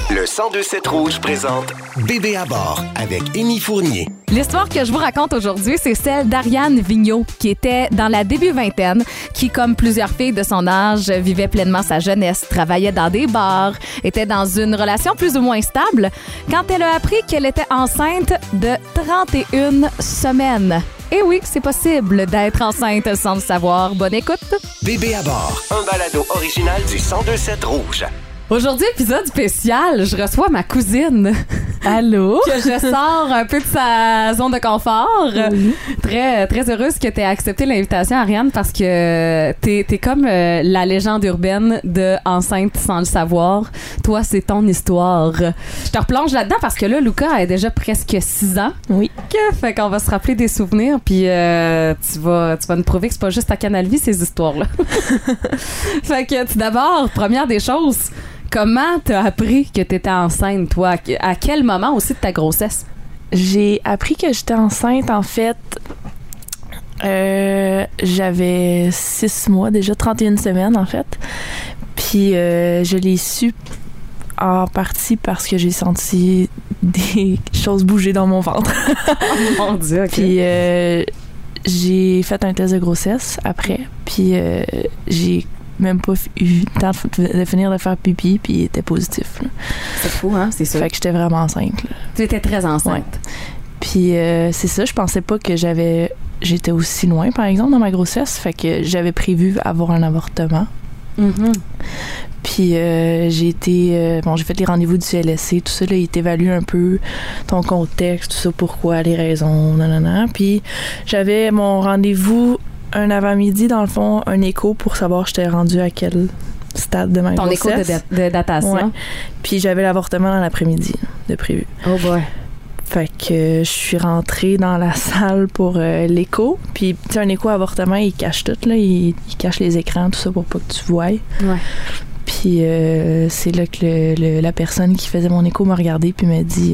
Le 102.7 Rouge présente Bébé à bord avec Émy Fournier. L'histoire que je vous raconte aujourd'hui, c'est celle d'Ariane Vigneault, qui était dans la début vingtaine, qui, comme plusieurs filles de son âge, vivait pleinement sa jeunesse, travaillait dans des bars, était dans une relation plus ou moins stable, quand elle a appris qu'elle était enceinte de 31 semaines. Et oui, c'est possible d'être enceinte sans le savoir. Bonne écoute! Bébé à bord, un balado original du 102.7 Rouge. Aujourd'hui, épisode spécial, je reçois ma cousine. Allô? Que je sors un peu de sa zone de confort. Oui. Très, très heureuse que tu aies accepté l'invitation, Ariane, parce que t'es comme la légende urbaine de enceinte sans le savoir. Toi, c'est ton histoire. Je te replonge là-dedans parce que là, Luca a déjà presque 6 ans. Oui. Fait qu'on va se rappeler des souvenirs, puis tu vas nous prouver que c'est pas juste à Canal Vie, ces histoires-là. Fait que tout d'abord, première des choses, comment t'as appris que t'étais enceinte, toi? À quel moment aussi de ta grossesse? J'ai appris que j'étais enceinte, en fait, j'avais 6 mois, déjà 31 semaines, en fait. Puis je l'ai su en partie parce que j'ai senti des choses bouger dans mon ventre. Oh mon Dieu, OK. Puis j'ai fait un test de grossesse après, puis j'ai même pas eu le temps de finir de faire pipi, puis il était positif. Là. C'est fou, hein? C'est ça. Fait que j'étais vraiment enceinte. Là. Tu étais très enceinte. Ouais. Puis c'est ça, je pensais pas que j'étais aussi loin, par exemple, dans ma grossesse. Fait que j'avais prévu avoir un avortement. Mm-hmm. Puis j'ai fait les rendez-vous du CLSC, tout ça, là, il t'évalue un peu ton contexte, tout ça, pourquoi, les raisons, nanana. Puis j'avais mon rendez-vous un avant-midi, dans le fond, un écho pour savoir j'étais rendue à quel stade de ma grossesse. Ton écho de datation. Ouais. Puis j'avais l'avortement dans l'après-midi de prévu. Oh boy. Fait que je suis rentrée dans la salle pour l'écho. Puis, tu sais, un écho avortement, il cache tout, là. Il cache les écrans, tout ça, pour pas que tu voies. Ouais. Puis, c'est là que la personne qui faisait mon écho m'a regardé puis m'a dit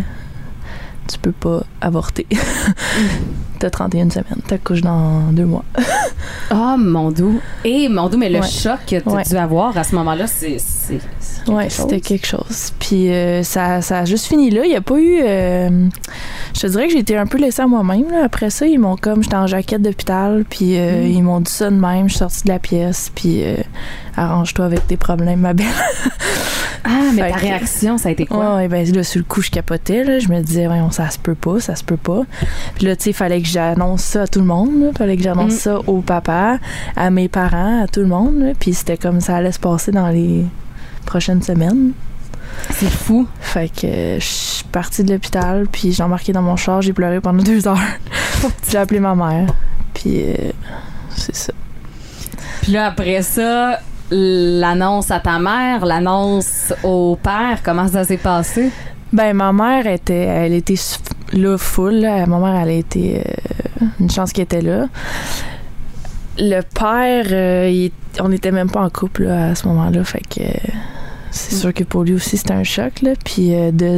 tu peux pas avorter. T'as 31 semaines. T'accouches dans 2 mois. Oh, mon doux. Mais le Ouais. choc que tu as dû avoir à ce moment-là, c'est Ouais, c'était quelque chose. Puis ça a juste fini là. Il n'y a pas eu... je te dirais que j'ai été un peu laissée à moi-même. Là. Après ça, ils m'ont comme... J'étais en jaquette d'hôpital, puis ils m'ont dit ça de même. Je suis sortie de la pièce, puis arrange-toi avec tes problèmes, ma belle. Ah, mais Fait ta que- réaction, ça a été quoi? Ouais, ben là, sur le coup, je capotais. Là. Je me disais, voyons, ça se peut pas. Puis là, tu sais, il fallait que j'annonce ça à tout le monde. Il fallait que j'annonce ça au papa, à mes parents, à tout le monde. Là. Puis c'était comme ça allait se passer dans les prochaines semaines. C'est fou. Fait que je suis partie de l'hôpital, puis j'ai embarqué dans mon char, j'ai pleuré pendant 2 heures. J'ai appelé ma mère, puis c'est ça. Puis là, après ça, l'annonce à ta mère, l'annonce au père, comment ça s'est passé? Ben, ma mère elle était là, full. Là. Ma mère, elle a été... une chance qu'elle était là. Le père, on n'était même pas en couple là, à ce moment-là, fait que c'est sûr que pour lui aussi, c'était un choc. Là. Puis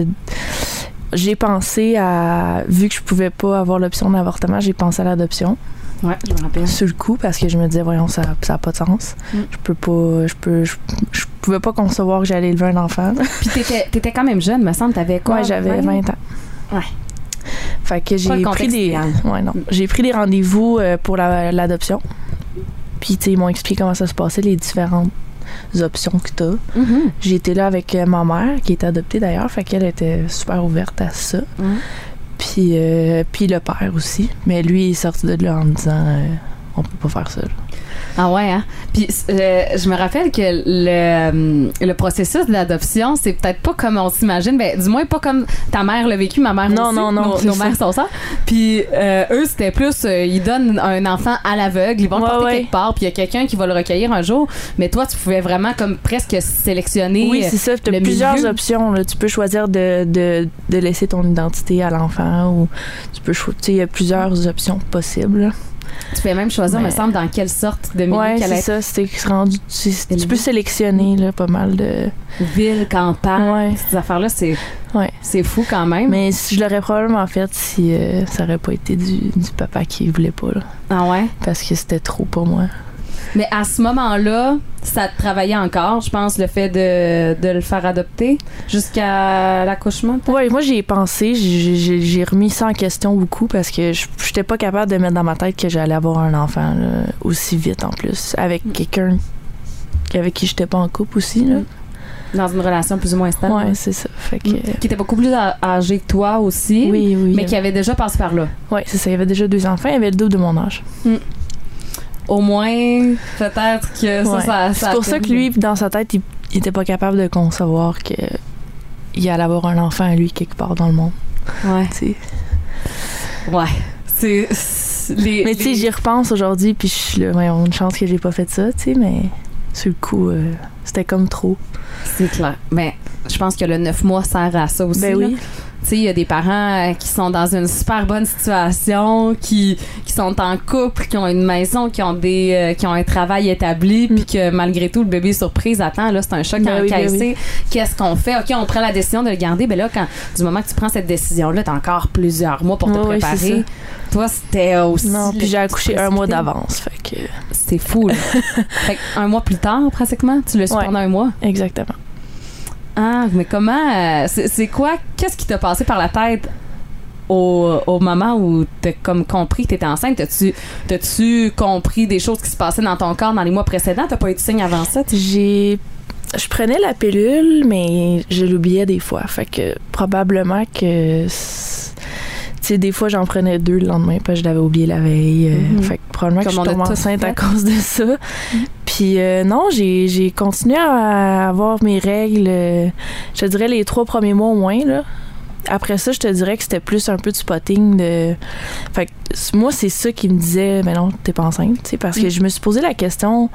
j'ai pensé à... Vu que je pouvais pas avoir l'option d'avortement, j'ai pensé à l'adoption. Ouais, je me rappelle. Sur le coup, parce que je me disais, voyons, ça a pas de sens. Je pouvais pas concevoir que j'allais élever un enfant. Puis t'étais quand même jeune, me semble. T'avais quoi? Ouais, j'avais 20 ans. Ouais. Fait que Pas j'ai le pris contexte des... idéal. Ouais, non. J'ai pris des rendez-vous pour l'adoption. Puis, tu sais, ils m'ont expliqué comment ça se passait, les différentes options que t'as. Mm-hmm. J'ai été là avec ma mère, qui était adoptée d'ailleurs, fait qu'elle était super ouverte à ça. Puis le père aussi. Mais lui, il est sorti de là en me disant on peut pas faire ça. Là. Ah ouais, hein? Puis je me rappelle que le processus de l'adoption, c'est peut-être pas comme on s'imagine, ben du moins pas comme ta mère l'a vécu, ma mère Non, aussi. non, non, Nos c'est mères sont ça. Puis eux, c'était plus, ils donnent un enfant à l'aveugle, ils vont le porter quelque part, puis il y a quelqu'un qui va le recueillir un jour. Mais toi, tu pouvais vraiment comme presque sélectionner. Oui, c'est ça. Tu as le plusieurs milieu. options. Là. Tu peux choisir de laisser ton identité à l'enfant ou tu peux choisir. Il y a plusieurs options possibles. Là. Tu peux même choisir, me semble, dans quelle sorte de milieu Ouais, qu'elle c'est est. ça. C'est rendu. Tu peux sélectionner là, pas mal de. Ville, campagne, Ouais. ces affaires-là, c'est fou quand même. Mais je l'aurais probablement fait si ça aurait pas été du papa qui voulait pas. Là. Ah ouais? Parce que c'était trop pour moi. Mais à ce moment-là, ça te travaillait encore, je pense, le fait de le faire adopter jusqu'à l'accouchement? Oui, moi, j'y ai pensé. J'ai remis ça en question beaucoup parce que j'étais pas capable de mettre dans ma tête que j'allais avoir un enfant là, aussi vite en plus, avec quelqu'un avec qui j'étais pas en couple aussi. Là. Dans une relation plus ou moins stable. Oui, c'est ça. Fait que, qui était beaucoup plus âgé que toi aussi, oui. mais qui avait déjà passé par là. Oui, c'est ça. Il y avait déjà 2 enfants. Il avait le double de mon âge. Au moins, peut-être que ça c'est pour ça que lui, dans sa tête, il était pas capable de concevoir qu'il allait avoir un enfant à lui quelque part dans le monde. Ouais. T'sais. Ouais. Mais tu sais, j'y repense aujourd'hui, puis je suis là, voyons, une chance que j'ai pas fait ça, tu sais, mais sur le coup, c'était comme trop. C'est clair. Mais je pense que le 9 mois sert à ça aussi. Ben oui. Tu sais, il y a des parents qui sont dans une super bonne situation, qui sont en couple, qui ont une maison, qui ont un travail établi, puis que malgré tout, le bébé surprise attend. Là, c'est un choc à encaisser. Qu'est-ce qu'on fait? OK, on prend la décision de le garder. Ben là, du moment que tu prends cette décision-là, t'as encore plusieurs mois pour te préparer. Toi, c'était aussi... Non, puis j'ai accouché 1 mois d'avance, fait que... C'est fou, là. Fait qu'un mois plus tard, pratiquement, tu l'as su pendant 1 mois? Exactement. Ah, mais comment... c'est quoi? Qu'est-ce qui t'a passé par la tête au moment où t'as comme compris que t'étais enceinte? T'as-tu compris des choses qui se passaient dans ton corps dans les mois précédents? T'as pas eu de signe avant ça? Je prenais la pilule, mais je l'oubliais des fois. Fait que probablement que... Tu sais, des fois, j'en prenais 2 le lendemain parce que je l'avais oublié la veille. Fait que probablement que je suis tombée enceinte à cause de ça. Puis non, j'ai continué à avoir mes règles, je te dirais les 3 premiers mois au moins, là. Après ça, je te dirais que c'était plus un peu du spotting de... Fait que moi, c'est ça qui me disait, mais non, t'es pas enceinte, tu sais, parce que je me suis posé la question...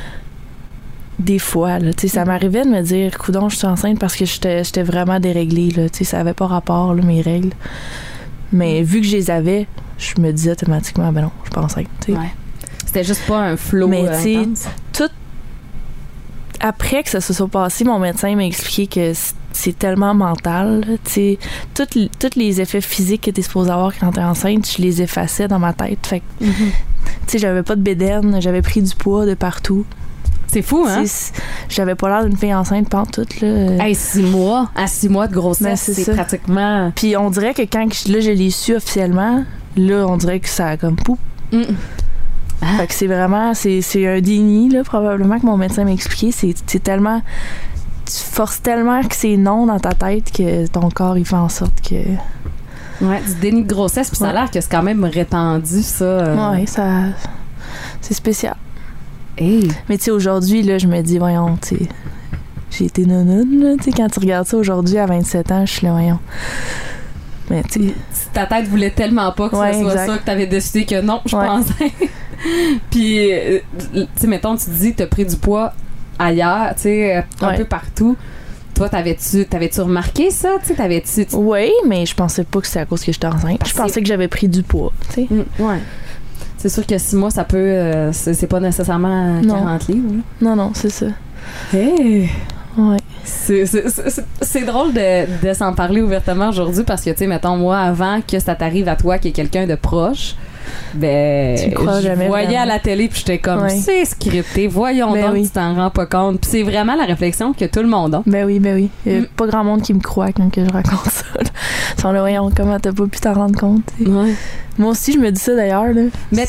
Des fois, là, tu sais, ça m'arrivait de me dire, coudonc, je suis enceinte parce que j'étais vraiment déréglée, là, tu sais, ça avait pas rapport, là, mes règles. Mais vu que je les avais, je me disais automatiquement, ben non, je suis pas enceinte. T'sais. Ouais. C'était juste pas un flow. Mais tu sais, tout après que ça se soit passé, mon médecin m'a expliqué que c'est tellement mental. Tu sais, tous les effets physiques que t'es supposé avoir quand t'es enceinte, je les effaçais dans ma tête. Fait que, tu sais, j'avais pas de bédaine, j'avais pris du poids de partout. C'est fou, hein? J'avais pas l'air d'une fille enceinte pantoute, là. Hey, 6 mois. À 6 mois de grossesse, c'est pratiquement... Puis on dirait que quand je l'ai su officiellement, là, on dirait que ça a comme pouf. Fait que c'est vraiment... C'est un déni, là, probablement, que mon médecin m'a expliqué. C'est tellement... Tu forces tellement que c'est non dans ta tête que ton corps, il fait en sorte que... Ouais, du déni de grossesse. Puis ça a l'air que c'est quand même répandu, ça. Ouais, ça... C'est spécial. Hey. Mais tu sais, aujourd'hui, là, je me dis, voyons, tu sais, j'ai été nonone, là, tu sais, quand tu regardes ça aujourd'hui à 27 ans, je suis là, voyons. Mais tu sais... Ta tête voulait tellement pas que ce soit ça que t'avais décidé que non, je suis pas enceinte. Puis, tu sais, mettons, tu te dis que t'as pris du poids ailleurs, tu sais, un peu partout. Toi, t'avais-tu remarqué ça? T'avais-tu... Oui, mais je pensais pas que c'était à cause que j'étais enceinte. Je pensais que j'avais pris du poids, tu sais. Ouais. C'est sûr que 6 mois, ça peut... c'est pas nécessairement 40 livres. Là. Non, c'est ça. Hey! Ouais. C'est drôle de s'en parler ouvertement aujourd'hui parce que, tu sais, mettons, moi, avant que ça t'arrive à toi, qui est quelqu'un de proche, ben, je voyais à la télé puis j'étais comme, c'est scripté, voyons donc, tu t'en rends pas compte. Puis c'est vraiment la réflexion que tout le monde a. Ben oui. Il y a pas grand monde qui me croit quand que je raconte ça. Ils sont là, voyons, comment t'as pas pu t'en rendre compte? Ouais. Moi aussi, je me dis ça d'ailleurs. Là. Mais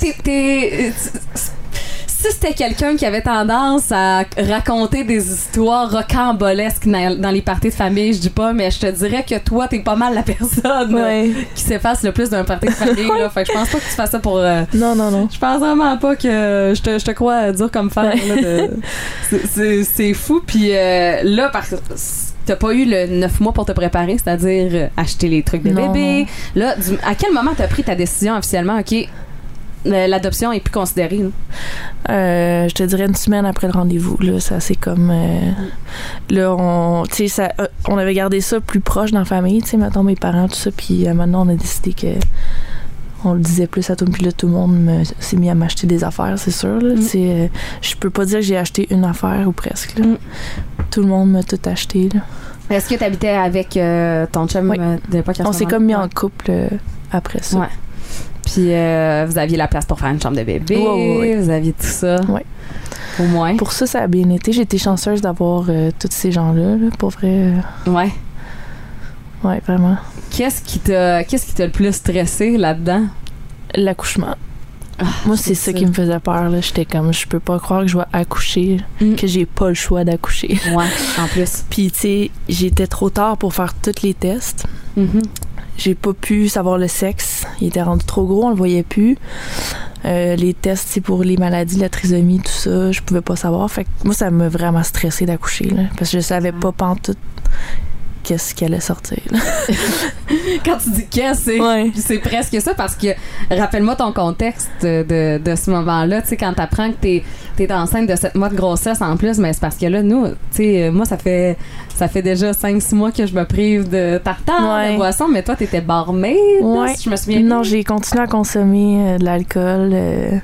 si c'était quelqu'un qui avait tendance à raconter des histoires rocambolesques dans les parties de famille, je dis pas, mais je te dirais que toi, t'es pas mal la personne qui s'efface le plus d'un party de famille. Là. Fait que je pense pas que tu fasses ça pour... Non. Je pense vraiment pas que... Je te crois dur comme fer. Là, c'est fou. Puis là, parce que t'as pas eu le 9 mois pour te préparer, c'est-à-dire acheter les trucs de bébé. Là, à quel moment t'as pris ta décision officiellement? OK, l'adoption est plus considérée. Je te dirais 1 semaine après le rendez-vous. Là, ça, c'est comme... là, on avait gardé ça plus proche dans la famille, tu sais, mettons mes parents, tout ça, puis maintenant, on a décidé que on le disait plus à tout, puis là, tout le monde s'est mis à m'acheter des affaires, c'est sûr. Là, je peux pas dire que j'ai acheté une affaire ou presque. Là. Tout le monde m'a tout acheté. Là. Est-ce que tu habitais avec ton chum de l'époque? On s'est comme mis en couple après ça. Ouais. Puis vous aviez la place pour faire une chambre de bébé. Ouais. Vous aviez tout ça. Oui. Au moins. Pour ça a bien été. J'ai été chanceuse d'avoir tous ces gens-là, là, pour vrai. Ouais. Ouais, vraiment. Qu'est-ce qui t'a le plus stressé là-dedans? L'accouchement. Moi, c'est ça qui me faisait peur, là. J'étais comme, je peux pas croire que je vais accoucher, que j'ai pas le choix d'accoucher. Ouais, en plus. Puis, tu sais, j'étais trop tard pour faire tous les tests. J'ai pas pu savoir le sexe. Il était rendu trop gros, on le voyait plus. Les tests, c'est pour les maladies, la trisomie, tout ça, je pouvais pas savoir. Fait que moi, ça m'a vraiment stressé d'accoucher, là, parce que je savais pas pantoute qu'est-ce qui allait sortir, là. Quand tu dis qu'est-ce, c'est presque ça, parce que rappelle-moi ton contexte de ce moment-là, tu sais, quand t'apprends que t'es enceinte de 7 mois de grossesse en plus, mais c'est parce que là, nous, tu sais, moi, ça fait déjà 5-6 mois que je me prive de tartare, de boisson, mais toi, t'étais barmaid, si je me souviens bien. Non, j'ai continué à consommer de l'alcool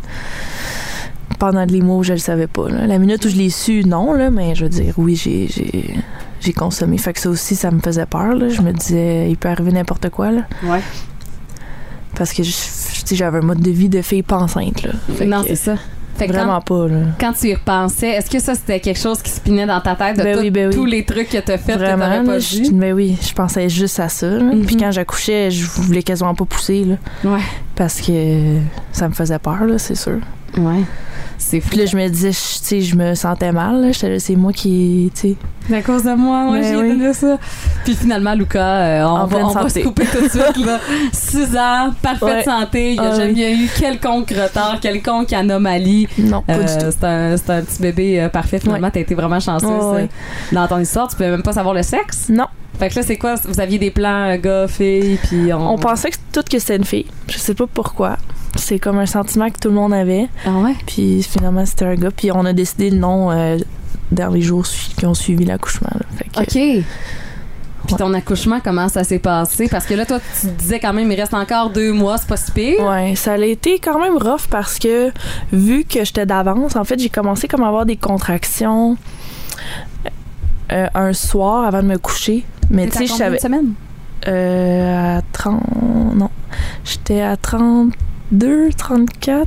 pendant les mois où je le savais pas, là. La minute où je l'ai su, non, là, mais je veux dire, oui, j'ai consommé. Fait que ça aussi, ça me faisait peur, là. Je me disais, il peut arriver n'importe quoi, là. Ouais. Parce que j'avais un mode de vie de fille pas enceinte, là. Non, c'est ça. Fait que vraiment pas, là. Quand tu y repensais, est-ce que ça, c'était quelque chose qui spinait dans ta tête de tous les trucs que t'as fait que t'aurais pas vu? Ben oui, je pensais juste à ça, là. Puis quand j'accouchais, je voulais quasiment pas pousser, là. Ouais. Parce que ça me faisait peur, là, c'est sûr. Ouais. C'est fou. Puis là, je me disais, tu sais, je me sentais mal, là. J'étais là, c'est moi qui, tu sais. C'est à cause de moi, j'ai donné ça. Puis finalement, Lucas, on va se couper tout de suite, là. 6 ans, parfaite santé, il n'y a jamais eu quelconque retard, quelconque anomalie. Non, pas du tout. C'est un petit bébé parfait, finalement. T'as été vraiment chanceuse dans ton histoire. Tu pouvais même pas savoir le sexe? Non. Fait que là, c'est quoi? Vous aviez des plans gars, filles, puis on pensait que c'était une fille. Je sais pas pourquoi. C'est comme un sentiment que tout le monde avait. Ah ouais? Puis finalement, c'était un gars. Puis on a décidé le nom dans les jours qui ont suivi l'accouchement, là. Fait que, OK. Puis ton accouchement, comment ça s'est passé? Parce que là, toi, tu disais quand même, il reste encore 2 mois, c'est pas si pire. Ouais, ça a été quand même rough parce que vu que j'étais d'avance, en fait, j'ai commencé comme à avoir des contractions un soir avant de me coucher. Mais tu sais, je savais. Combien de semaines? À 30. Non. J'étais à 32, 34.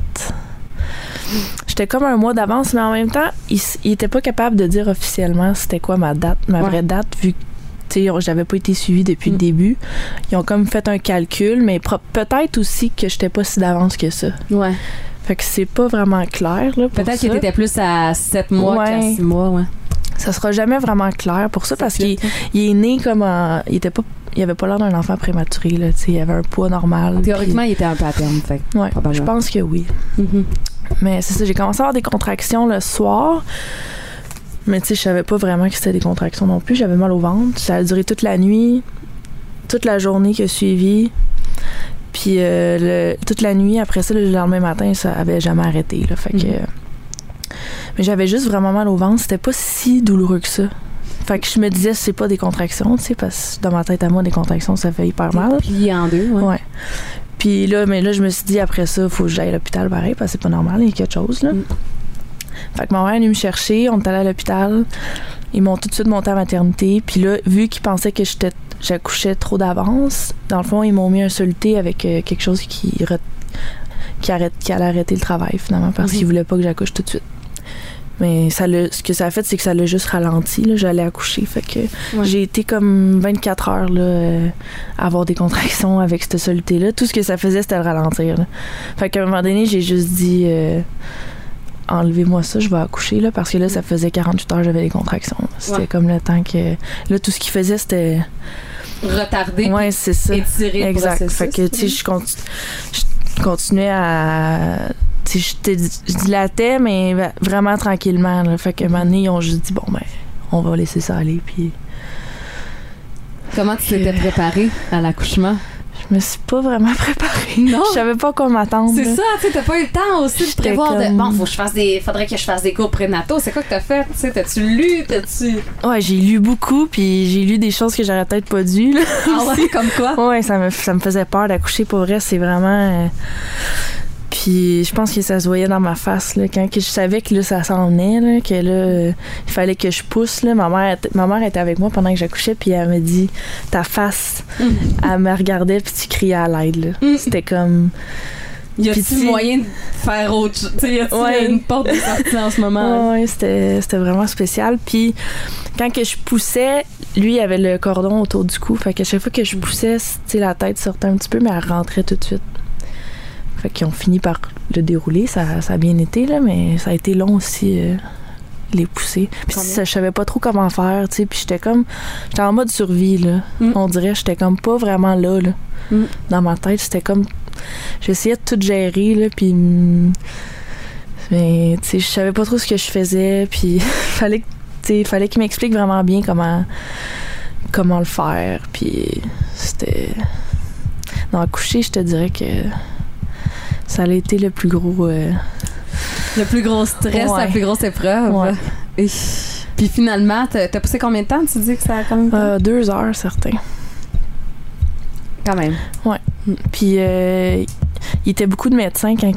J'étais comme un mois d'avance, mais en même temps, il était pas capable de dire officiellement c'était quoi ma vraie date, vu que j'avais pas été suivie depuis le début. Ils ont comme fait un calcul, mais peut-être aussi que j'étais pas si d'avance que ça. Ouais. Fait que c'est pas vraiment clair, là. Peut-être que t'étais plus à 7 mois qu'à 6 mois, ouais. Ça sera jamais vraiment clair pour ça, parce qu'il est né comme il avait pas l'air d'un enfant prématuré, là, tu sais, il avait un poids normal. Théoriquement, il était un peu à terme, fait. Ouais, je pense que oui. Mais c'est ça, j'ai commencé à avoir des contractions le soir. Mais tu sais, je savais pas vraiment que c'était des contractions non plus. J'avais mal au ventre. Ça a duré toute la nuit, toute la journée qui a suivi. Puis toute la nuit, après ça, le lendemain matin, ça avait jamais arrêté, là. Fait que... Mais j'avais juste vraiment mal au ventre. C'était pas si douloureux que ça. Fait que je me disais, c'est pas des contractions, tu sais, parce que dans ma tête à moi, des contractions, ça fait hyper mal. Plié en deux, ouais. Puis là, je me suis dit, après ça, faut que j'aille à l'hôpital pareil, parce que c'est pas normal, il y a quelque chose, là. Fait que ma mère est venue me chercher, on est allé à l'hôpital. Ils m'ont tout de suite monté à la maternité. Puis là, vu qu'ils pensaient que j'accouchais trop d'avance, dans le fond, ils m'ont mis un soluté avec quelque chose qui allait arrêter le travail, finalement, parce qu'ils voulaient pas que j'accouche tout de suite. Mais ce que ça a fait, c'est que ça l'a juste ralenti, là. J'allais accoucher. Fait que j'ai été comme 24 heures là, à avoir des contractions avec ce soluté-là. Tout ce que ça faisait, c'était le ralentir, là. Fait qu'à un moment donné, j'ai juste dit... enlevez-moi ça, je vais accoucher, là, parce que là, ça faisait 48 heures, j'avais des contractions. C'était comme le temps que... Là, tout ce qu'il faisait, c'était... Retarder. Ouais, c'est ça. Étirer. Exact. Fait que, tu sais, je continuais à... Tu sais, je dilatais, mais vraiment tranquillement, là. Fait qu'à un moment donné, ils ont juste dit, bon, ben, on va laisser ça aller, puis... Comment tu t'étais préparée à l'accouchement? Je me suis pas vraiment préparée. Non. Je savais pas quoi m'attendre. C'est ça, tu sais, t'as pas eu le temps aussi de prévoir de... Bon, faudrait que je fasse des cours prénataux. C'est quoi que t'as fait? Tu sais, t'as-tu lu? Ouais, j'ai lu beaucoup, puis j'ai lu des choses que j'aurais peut-être pas dû, là. Ah ouais, comme quoi? Ouais, ça me faisait peur d'accoucher, pour vrai, c'est vraiment... Puis je pense que ça se voyait dans ma face, là, quand je savais que là, ça s'en venait, là, que là, il fallait que je pousse, là. Ma mère était avec moi pendant que j'accouchais, puis elle me dit, ta face, elle me regardait, puis tu criais à l'aide, là. C'était comme... Y a-t-il Puis, moyen de faire autre chose? Y a-t-il une porte de sortie en ce moment? Ouais, c'était vraiment spécial. Puis quand que je poussais, lui, il avait le cordon autour du cou. Fait qu'à chaque fois que je poussais, la tête sortait un petit peu, mais elle rentrait tout de suite. Fait qu'ils ont fini par le dérouler. Ça a bien été, là, mais ça a été long aussi, les pousser. Puis je savais pas trop comment faire, tu sais. Puis j'étais en mode survie, là. On dirait, j'étais comme pas vraiment là. Dans ma tête, c'était comme... J'essayais de tout gérer, là, puis... Mais, tu sais, je savais pas trop ce que je faisais, puis fallait qu'il m'explique vraiment bien comment le faire, puis c'était... Non, coucher, je te dirais que ça a été le plus gros... Le plus gros stress, la plus grosse épreuve. Ouais. Et... Puis finalement, t'as poussé combien de temps? Tu dis que ça a combien de temps? 2 heures, certain. Quand même. Ouais. Puis il y était beaucoup de médecins quand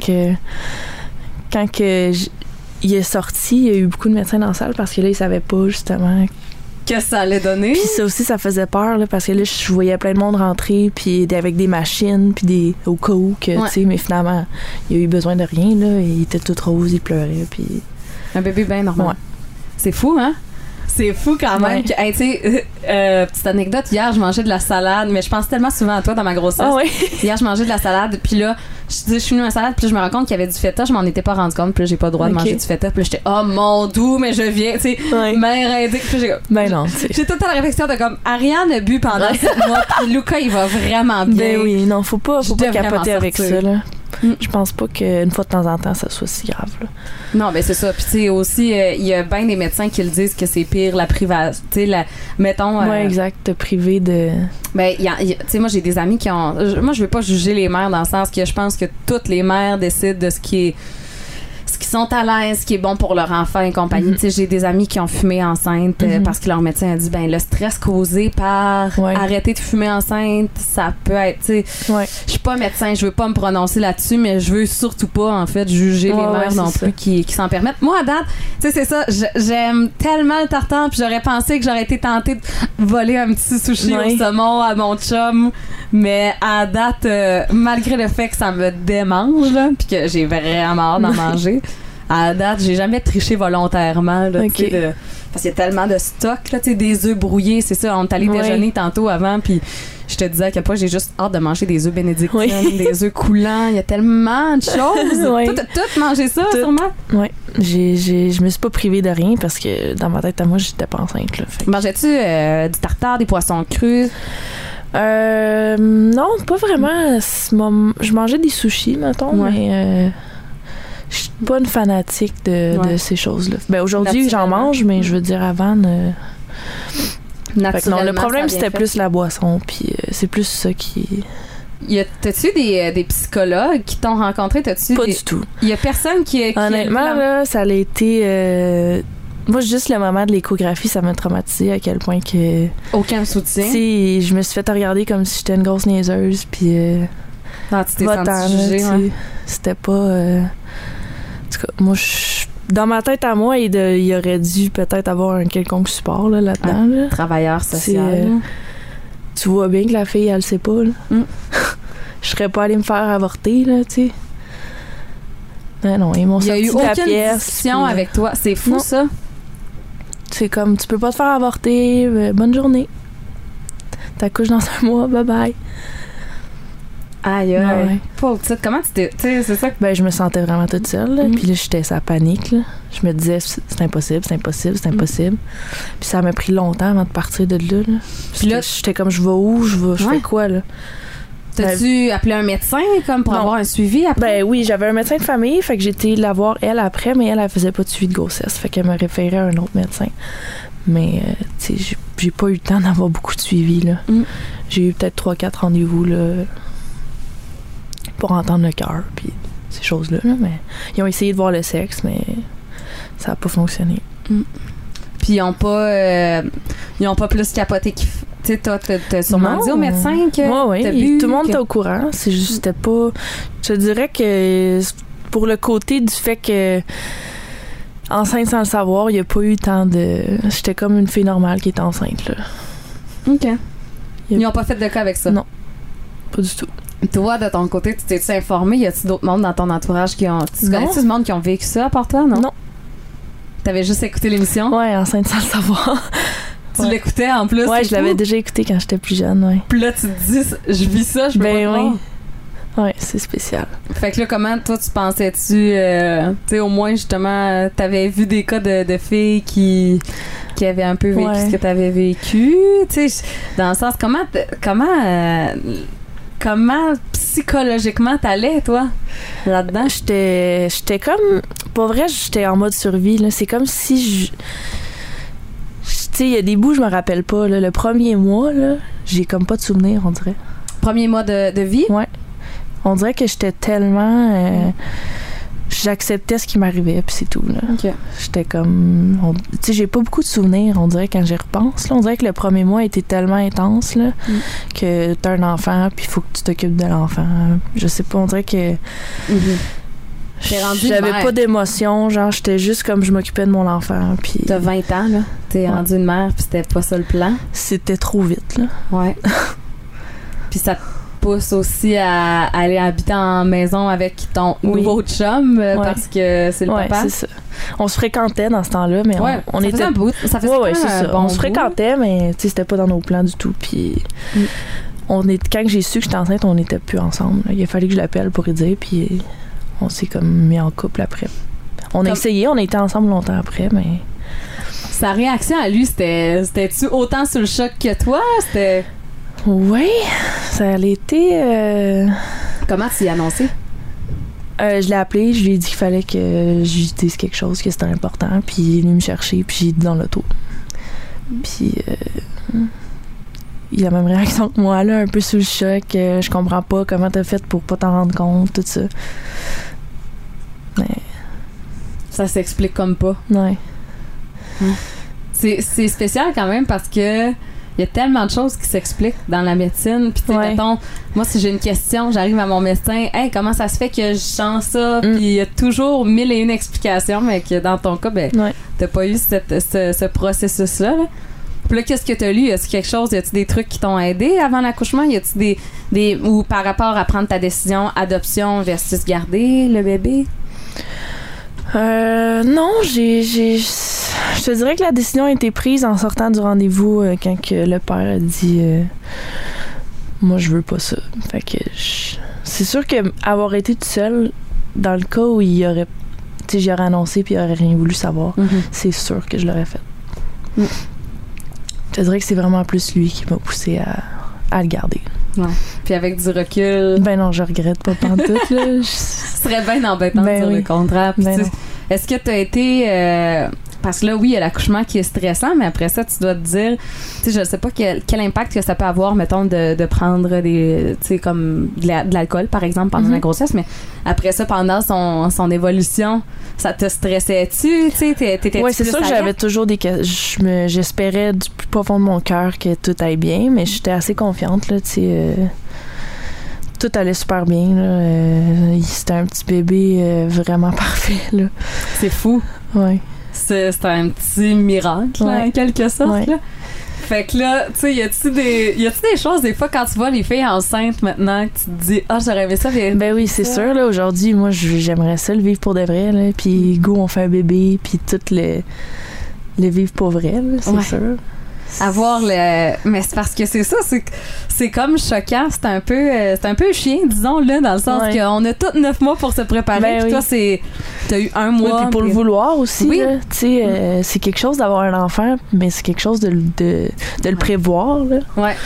il est sorti, il y a eu beaucoup de médecins dans la salle parce que là, ils savaient pas justement que ça allait donner. Puis ça aussi, ça faisait peur là, parce que là, je voyais plein de monde rentrer puis avec des machines puis au cas où que, tu sais, mais finalement, il a eu besoin de rien là, il était tout rose, il pleurait puis un bébé bien normal. Ouais. C'est fou, hein? C'est fou quand même. Ouais. Hey, tu sais, petite anecdote, hier, je mangeais de la salade, mais je pense tellement souvent à toi dans ma grossesse. Ah ouais? Hier, je mangeais de la salade, puis là, je suis venue à la salade, puis je me rends compte qu'il y avait du feta, je m'en étais pas rendu compte, puis là, j'ai pas le droit de manger du feta, puis là, j'étais, oh mon doux, mais je viens, tu sais, mère indique, puis j'ai comme. Ben non, tu sais. J'ai tout le temps la réflexion de comme, Ariane a bu pendant 7 mois, puis Luca, il va vraiment bien. Ben oui, non, faut pas capoter avec ça, là. Je pense pas qu'une fois de temps en temps, ça soit si grave, là. Non, ben c'est ça. Puis, tu sais, aussi, il y a bien des médecins qui le disent que c'est pire, la privation. Tu sais, mettons. Ouais, exact, te priver de. Ben, tu sais, moi, j'ai des amis qui ont. Moi, je veux pas juger les mères dans le sens que je pense que toutes les mères décident de ce qui sont à l'aise, ce qui est bon pour leur enfant et compagnie. Tu sais, j'ai des amis qui ont fumé enceinte parce que leur médecin a dit, ben, le stress causé par arrêter de fumer enceinte, ça peut être, tu sais. Je suis pas médecin, je veux pas me prononcer là-dessus, mais je veux surtout pas, en fait, juger les mères non plus qui s'en permettent. Moi, à date, tu sais, c'est ça, j'aime tellement le tartare, puis j'aurais pensé que j'aurais été tentée de voler un petit sushi au saumon à mon chum, mais à date, malgré le fait que ça me démange, là, puis que j'ai vraiment hâte d'en manger, à date, j'ai jamais triché volontairement, là, tu sais, parce qu'il y a tellement de stock, là, tu sais, des œufs brouillés, c'est ça, on est allé déjeuner tantôt avant, puis je te disais à quel point j'ai juste hâte de manger des œufs bénédictines, des œufs coulants, il y a tellement de choses. Toi, t'as tout mangé ça, sûrement? Oui, je me suis pas privée de rien parce que dans ma tête à moi, j'étais pas enceinte, là. Mangeais-tu du tartare, des poissons crus? Non, pas vraiment. Je mangeais des sushis, mettons, mais je suis pas une fanatique de ces choses-là. Ben aujourd'hui, j'en mange, mais je veux dire avant. Non, le problème, c'était plus la boisson, puis c'est plus ça qui. T'as-tu des psychologues qui t'ont rencontré? Pas du tout. Il y a personne qui honnêtement, là, ça a été. Moi, juste le moment de l'échographie, ça m'a traumatisée à quel point que. Aucun soutien. Tu sais, je me suis fait regarder comme si j'étais une grosse niaiseuse, puis. Non, tu t'es senti jugée, c'était pas. En tout cas, moi, dans ma tête à moi, il aurait dû peut-être avoir un quelconque support là-dedans. Un travailleur social. Tu vois bien que la fille, elle sait pas. Je serais pas allée me faire avorter, là, tu sais. Non, ils m'ont sorti de la pièce. Il y a eu aucune discussion avec toi. C'est fou, ça. C'est comme, tu peux pas te faire avorter. Bonne journée. T'accouches dans 1 mois. Bye-bye. Aïe, aïe. Pauvre petite, comment tu t'es. Tu sais, c'est ça que. Ben, je me sentais vraiment toute seule, là. Puis là, j'étais sa panique, là. Je me disais, c'est impossible. Puis ça m'a pris longtemps avant de partir de là, là. Puis là, j'étais comme, je vais où? Je fais quoi, là? T'as-tu appelé un médecin comme pour avoir un suivi après? Ben oui, j'avais un médecin de famille, fait que j'ai été la voir elle après, mais elle faisait pas de suivi de grossesse, fait qu'elle me référait à un autre médecin. Mais, tu sais, j'ai pas eu le temps d'avoir beaucoup de suivi, là. J'ai eu peut-être 3-4 rendez-vous, là, pour entendre le cœur, puis ces choses-là, là, mais ils ont essayé de voir le sexe, mais ça a pas fonctionné. Puis ils ont pas plus capoté qu'ils. Tu sais, toi, t'as sûrement dit au médecin que. Oui, tout le monde était au courant. C'est juste, c'était pas. Je dirais que pour le côté du fait que. Enceinte sans le savoir, il n'y a pas eu tant de. J'étais comme une fille normale qui était enceinte, là. OK. Ils n'ont pas fait de cas avec ça? Non. Pas du tout. Toi, de ton côté, tu t'es-tu informé? Y a-tu d'autres mondes dans ton entourage qui ont... Tu connais-tu du monde qui ont vécu ça à part toi, non? Non. T'avais juste écouté l'émission? Ouais, enceinte sans le savoir. Tu l'écoutais en plus? Ouais, je l'avais déjà écouté quand j'étais plus jeune, ouais. Puis là, tu te dis, je vis ça, je peux pas croire. Ouais, c'est spécial. Fait que là, comment, toi, tu pensais-tu, tu sais, au moins, justement, t'avais vu des cas de filles qui avaient un peu vécu ce que t'avais vécu, tu sais, dans le sens, comment psychologiquement t'allais, toi, là-dedans? J'étais comme... Pour vrai, j'étais en mode survie, là. C'est comme si tu sais, il y a des bouts, je me rappelle pas, là. Le premier mois, là, j'ai comme pas de souvenirs, on dirait. Premier mois de vie? Ouais. On dirait que j'étais tellement... j'acceptais ce qui m'arrivait, puis c'est tout, là. OK. J'étais comme... Tu sais, j'ai pas beaucoup de souvenirs, on dirait, quand j'y repense, là. On dirait que le premier mois était tellement intense, là, que t'as un enfant, puis il faut que tu t'occupes de l'enfant. Je sais pas, on dirait que... J'avais pas d'émotion, genre, j'étais juste comme je m'occupais de mon enfant, puis... T'as 20 ans, là. T'es rendue une mère, puis c'était pas ça le plan. C'était trop vite, là. Ouais. Puis ça pousse aussi à aller habiter en maison avec ton nouveau chum parce que c'est le papa. C'est ça. On se fréquentait dans ce temps-là, mais on était un bout. Ça faisait c'est ça. Bon on se fréquentait, mais tu sais, c'était pas dans nos plans du tout. Puis quand j'ai su que j'étais enceinte, on n'était plus ensemble. Il a fallu que je l'appelle pour lui dire, puis on s'est comme mis en couple après. On a essayé, on a été ensemble longtemps après, mais... Sa réaction à lui, c'était-tu autant sur le choc que toi? C'était... Oui, ça a été... Comment tu y as annoncé? Je l'ai appelé, je lui ai dit qu'il fallait que je lui dise quelque chose, que c'était important, puis il est venu me chercher, puis j'ai dit dans l'auto. Puis il a la même réaction que moi, là, un peu sous le choc, je comprends pas comment t'as fait pour pas t'en rendre compte, tout ça. Mais... Ça s'explique comme pas. Ouais. C'est spécial quand même parce que il y a tellement de choses qui s'expliquent dans la médecine. Puis, tu sais, mettons, moi, si j'ai une question, j'arrive à mon médecin, hey, comment ça se fait que je sens ça? Puis, il y a toujours 1001 explications, mais que dans ton cas, ben, t'as pas eu ce processus-là. Là. Puis là, qu'est-ce que t'as lu? Y a-tu quelque chose? Y a-tu des trucs qui t'ont aidé avant l'accouchement? Y a-tu des ou par rapport à prendre ta décision, adoption versus garder le bébé? Non, je te dirais que la décision a été prise en sortant du rendez-vous quand que le père a dit moi je veux pas ça. Fait que c'est sûr que avoir été tout seul dans le cas où il aurait, tu sais, j'aurais annoncé puis il aurait rien voulu savoir, c'est sûr que je l'aurais fait. Je te dirais que c'est vraiment plus lui qui m'a poussé à le garder. Ouais. Puis avec du recul... Ben non, je regrette pas pantoute, là. Ce serait bien embêtant sur le contraire. Puis est-ce que tu as été... parce que là, oui, il y a l'accouchement qui est stressant, mais après ça, tu dois te dire... Tu sais, je sais pas quel impact que ça peut avoir, mettons, de prendre des... Tu sais, comme de l'alcool, par exemple, pendant la grossesse, mais après ça, pendant son évolution, ça te stressait-tu? Tu sais, t'étais... Oui, c'est sûr que j'avais toujours des... J'espérais du plus profond de mon cœur que tout aille bien, mais j'étais assez confiante, là, tu sais... tout allait super bien, là. C'était un petit bébé vraiment parfait, là. C'est fou. Ouais. C'était un petit miracle, là, en quelque sorte, là. Fait que là, tu sais, y a-tu des choses, des fois, quand tu vois les filles enceintes maintenant, que tu te dis, j'aurais aimé ça. Ben oui, c'est sûr, là. Aujourd'hui, moi, j'aimerais ça le vivre pour de vrai, là. Puis, go, on fait un bébé, puis tout le vivre pour vrai, là, c'est sûr. Avoir mais c'est parce que c'est ça, c'est comme choquant, c'est un peu chien, disons-le, dans le sens qu'on a tous 9 mois pour se préparer, puis toi t'as eu 1 mois. Puis pour le vouloir aussi, tu sais, c'est quelque chose d'avoir un enfant, mais c'est quelque chose de le prévoir, là.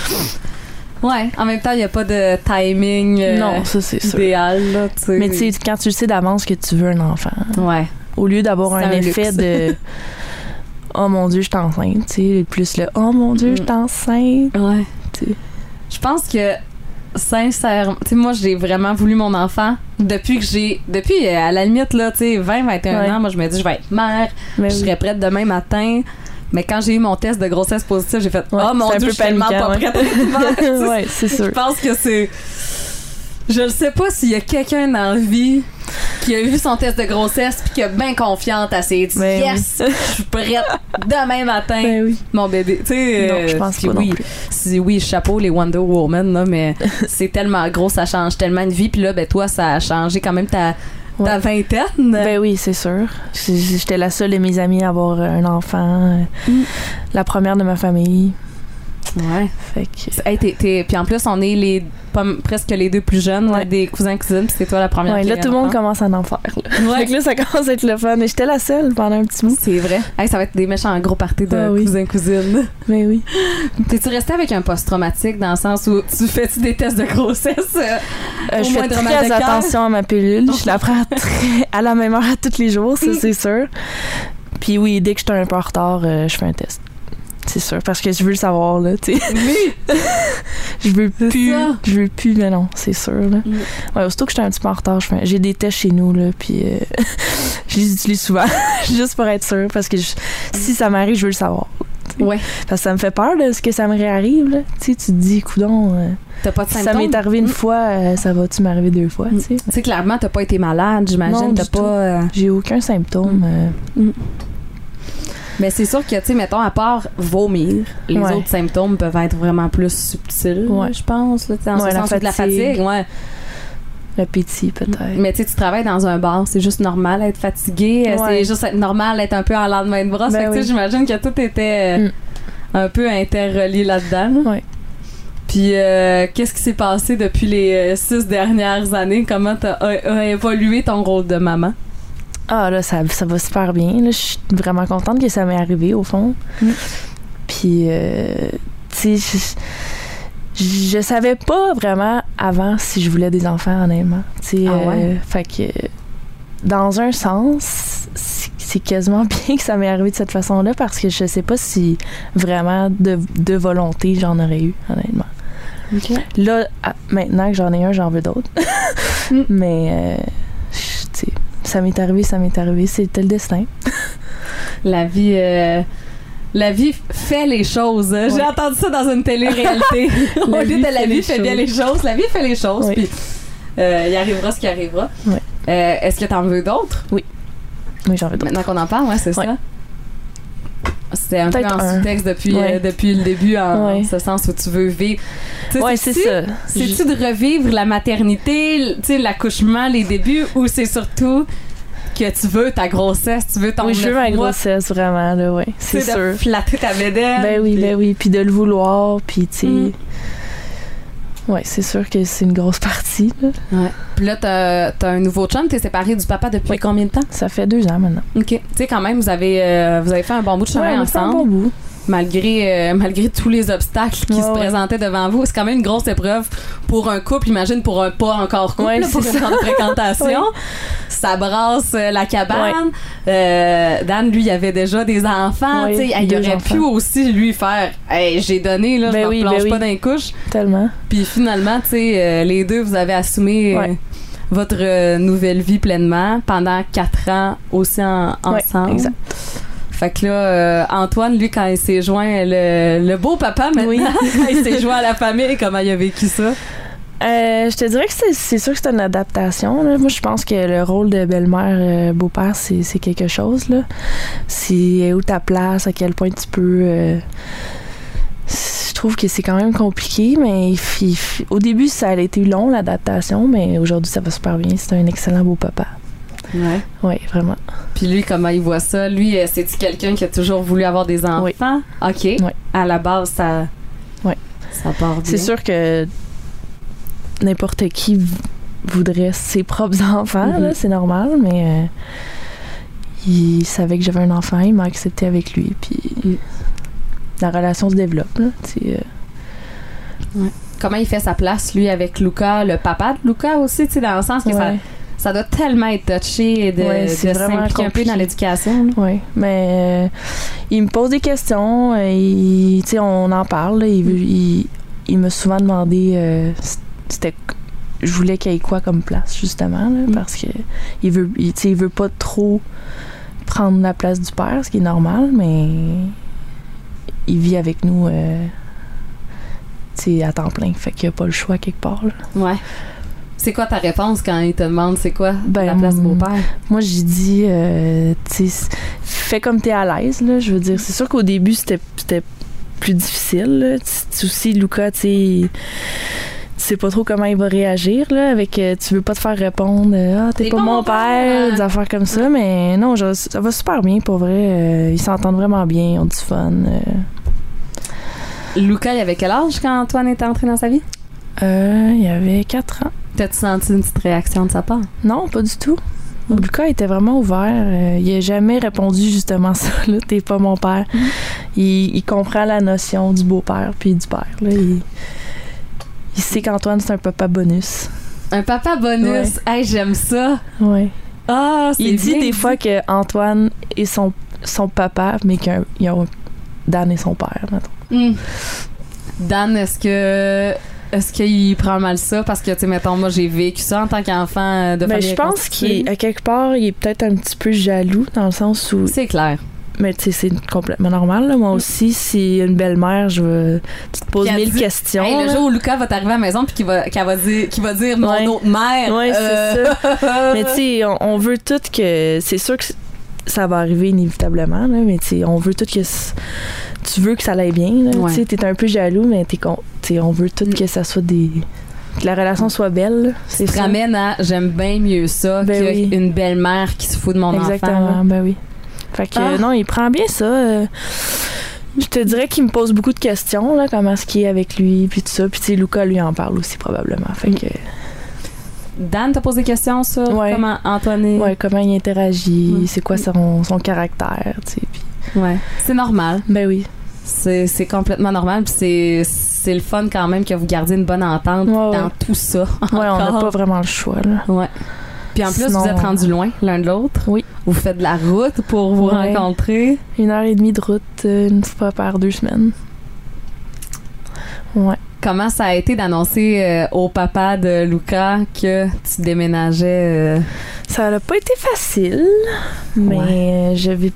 Ouais, en même temps, il n'y a pas de timing non, ça, c'est idéal, là, tu sais. Mais tu sais, quand tu sais d'avance que tu veux un enfant, au lieu d'avoir un effet de oh mon Dieu, je suis enceinte, tu sais, plus le oh mon Dieu, je suis enceinte. Ouais. Je pense que sincèrement, tu sais, moi j'ai vraiment voulu mon enfant depuis à la limite là, tu sais, 20-21 ans, moi je me dis je vais être mère, je serais prête demain matin. Mais quand j'ai eu mon test de grossesse positive, j'ai fait oh mon Dieu, je suis tellement pas prête à être mère. Ouais, c'est sûr. Je pense que c'est je ne sais pas s'il y a quelqu'un dans la vie qui a vu son test de grossesse puis qui est bien confiante, elle s'est dit Ben yes, je suis prête demain matin, Ben oui. mon bébé. Tu sais, Non, je pense pas non plus. Oui, chapeau les Wonder Woman, là, mais c'est tellement gros, ça change tellement de vie. Puis là, ben toi, ça a changé quand même ta vingtaine. Ben oui, c'est sûr. J'étais la seule de mes amies à avoir un enfant, la première de ma famille. Ouais. Fait que... Hey, puis en plus, on est presque les deux plus jeunes, des cousins-cousines, puis c'est toi la première. Ouais, là, tout le monde commence à en faire. Là. Fait que là, ça commence à être le fun. Et j'étais la seule pendant un petit bout. C'est vrai. Hey, ça va être des méchants gros parties de cousins-cousines. Mais oui. T'es-tu restée avec un post-traumatique dans le sens où tu fais-tu des tests de grossesse? Je fais très attention à ma pilule. Je la prends à la même heure à tous les jours, ça, c'est sûr. Puis oui, dès que je suis un peu en retard, je fais un test. C'est sûr, parce que je veux le savoir, là, tu sais. Oui! Je veux plus, mais non, c'est sûr, là. Ouais, aussitôt que je suis un petit peu en retard, j'ai des tests chez nous, là, puis je les utilise souvent, juste pour être sûre, parce que si ça m'arrive, je veux le savoir. Ouais. Parce que ça me fait peur de ce que ça me réarrive, là. Tu sais, tu te dis, coudonc, t'as pas de symptômes? Ça m'est arrivé une fois, ça va-tu m'arriver 2 fois, tu sais? Tu sais, clairement, t'as pas été malade, j'imagine. Non, t'as pas... J'ai aucun symptôme. Mais c'est sûr que, tu sais, mettons, à part vomir, les autres symptômes peuvent être vraiment plus subtils, je pense, là, dans le sens de la fatigue. Ouais. L'appétit, peut-être. Mais tu sais, tu travailles dans un bar, c'est juste normal d'être fatigué, c'est juste normal d'être un peu en lendemain de brosse. Fait que, tu sais, j'imagine que tout était un peu interrelié là-dedans. Oui. Puis, qu'est-ce qui s'est passé depuis les 6 dernières années? Comment a évolué ton rôle de maman? Ah là, ça va super bien. Je suis vraiment contente que ça m'est arrivé, au fond. Puis, tu sais, je savais pas vraiment avant si je voulais des enfants, honnêtement. Tu sais, fait que, dans un sens, c'est quasiment bien que ça m'est arrivé de cette façon-là parce que je sais pas si vraiment de volonté j'en aurais eu, honnêtement. Okay. Là, maintenant que j'en ai un, j'en veux d'autres. Mais, tu sais, ça m'est arrivé, c'était le destin. La vie fait les choses. Ouais. J'ai entendu ça dans une télé-réalité. Au lieu de la vie fait bien les choses, la vie fait les choses. Puis il arrivera ce qui arrivera. Ouais. Est-ce que t'en veux d'autres? Oui. Oui, j'en veux d'autres. Maintenant qu'on en parle, c'est ça. C'était un peu en sous-texte depuis le début, en ce sens où tu veux vivre. Oui, c'est ça. C'est-tu de revivre la maternité, l'accouchement, les débuts, ou c'est surtout que tu veux ta grossesse, tu veux ton Oui, je veux ma grossesse, vraiment, là, oui. C'est sûr. De flatter ta bédaine. Ben oui. Puis de le vouloir, puis tu sais... Oui, c'est sûr que c'est une grosse partie. Là. Ouais. Puis là, t'as un nouveau chum. T'es séparé du papa depuis combien de temps? Ça fait 2 ans maintenant. OK. Tu sais, quand même, vous avez fait un bon bout de chemin ensemble. Un bon bout. Malgré tous les obstacles qui se présentaient devant vous. C'est quand même une grosse épreuve pour un couple. Imagine pour un pas encore couple, pour une grande fréquentation. Ça brasse la cabane. Dan, lui, il avait déjà des enfants. Il aurait pu aussi, lui, faire « Hey, j'ai donné, là, je ne plonge pas dans les couches. » Tellement. Puis finalement, les deux, vous avez assumé votre nouvelle vie pleinement pendant 4 ans aussi ensemble. Exact. Fait que là, Antoine, lui, quand il s'est joint, le beau papa maintenant, quand il s'est joint à la famille, comment il a vécu ça? Je te dirais que c'est sûr que c'est une adaptation. Là. Moi, je pense que le rôle de belle-mère, beau-père, c'est quelque chose. Là. C'est où ta place, à quel point tu peux... je trouve que c'est quand même compliqué, mais au début, ça a été long, l'adaptation, mais aujourd'hui, ça va super bien. C'est un excellent beau papa. Ouais. Oui, vraiment. Puis lui, comment il voit ça? Lui, c'est-tu quelqu'un qui a toujours voulu avoir des enfants? Oui. OK. Oui. À la base, ça part bien. C'est sûr que n'importe qui voudrait ses propres enfants, là, c'est normal, mais il savait que j'avais un enfant, il m'a accepté avec lui, puis la relation se développe, là, Comment il fait sa place, lui, avec Luca, le papa de Luca aussi, dans le sens que ça doit tellement être touché de s'impliquer un peu dans l'éducation. Oui, mais il me pose des questions, on en parle, là, il m'a souvent demandé je voulais qu'il y ait quoi comme place, justement, là, parce que il veut pas trop prendre la place du père, ce qui est normal, mais il vit avec nous à temps plein, fait qu'il n'y a pas le choix quelque part. Là. Ouais. C'est quoi ta réponse quand il te demande c'est quoi la place du beau-père? Moi, j'ai dit, tu sais, fais comme t'es à l'aise, là. Je veux dire, c'est sûr qu'au début, c'était plus difficile, là. Tu aussi, Luca, tu sais, tu sais pas trop comment il va réagir, là, avec tu veux pas te faire répondre t'es pas mon père, des affaires comme ça, mais non, ça va super bien, pour vrai. Ils s'entendent vraiment bien, ils ont du fun. Luca, il avait quel âge quand Antoine était entré dans sa vie? Il avait 4 ans. T'as-tu senti une petite réaction de sa part? Non, pas du tout. Luca était vraiment ouvert. Il a jamais répondu justement ça, là, t'es pas mon père. Il comprend la notion du beau-père puis du père, là. Il sait qu'Antoine, c'est un papa bonus. Un papa bonus? Ouais. Hey, j'aime ça! Oui. Ah, c'est il dit des fois que Antoine est son papa, mais Dan est son père, mettons. Dan, est-ce qu'il prend mal ça? Parce que, tu sais, mettons, moi, j'ai vécu ça en tant qu'enfant de famille. Je pense qu'à quelque part, il est peut-être un petit peu jaloux, dans le sens où... C'est clair. Mais tu sais, c'est complètement normal, là. Moi aussi, si une belle-mère, tu te poses 1000 questions. Hey, le jour où Luca va t'arriver à la maison puis qu'il va dire mon autre mère. Oui, c'est ça. Mais tu sais, on veut tout que... C'est sûr que ça va arriver inévitablement, là, mais tu sais, on veut tout que... Tu veux que ça aille bien, là. Tu sais, t'es un peu jaloux, mais on veut tout que ça soit que la relation soit belle, là. C'est ça. Ramène à j'aime bien mieux ça qu'une belle-mère qui se fout de mon enfant. Exactement, ben oui. Fait que non, il prend bien ça. Je te dirais qu'il me pose beaucoup de questions, là, comment est-ce qu'il est avec lui, puis tout ça. Puis tu sais, Luca lui en parle aussi probablement. Fait que... Dan t'a posé des questions sur comment Antoine est... Ouais, comment il interagit, c'est quoi son caractère, tu sais. Puis... Ouais, c'est normal. Ben oui. C'est complètement normal, puis c'est le fun quand même que vous gardiez une bonne entente dans tout ça. Ouais, on n'a pas vraiment le choix, là. Ouais. Puis en plus, vous êtes rendus loin l'un de l'autre. Oui. Vous faites de la route pour vous rencontrer. 1h30 de route, une fois par 2 semaines. Ouais. Comment ça a été d'annoncer au papa de Luca que tu déménageais? Ça n'a pas été facile, mais j'avais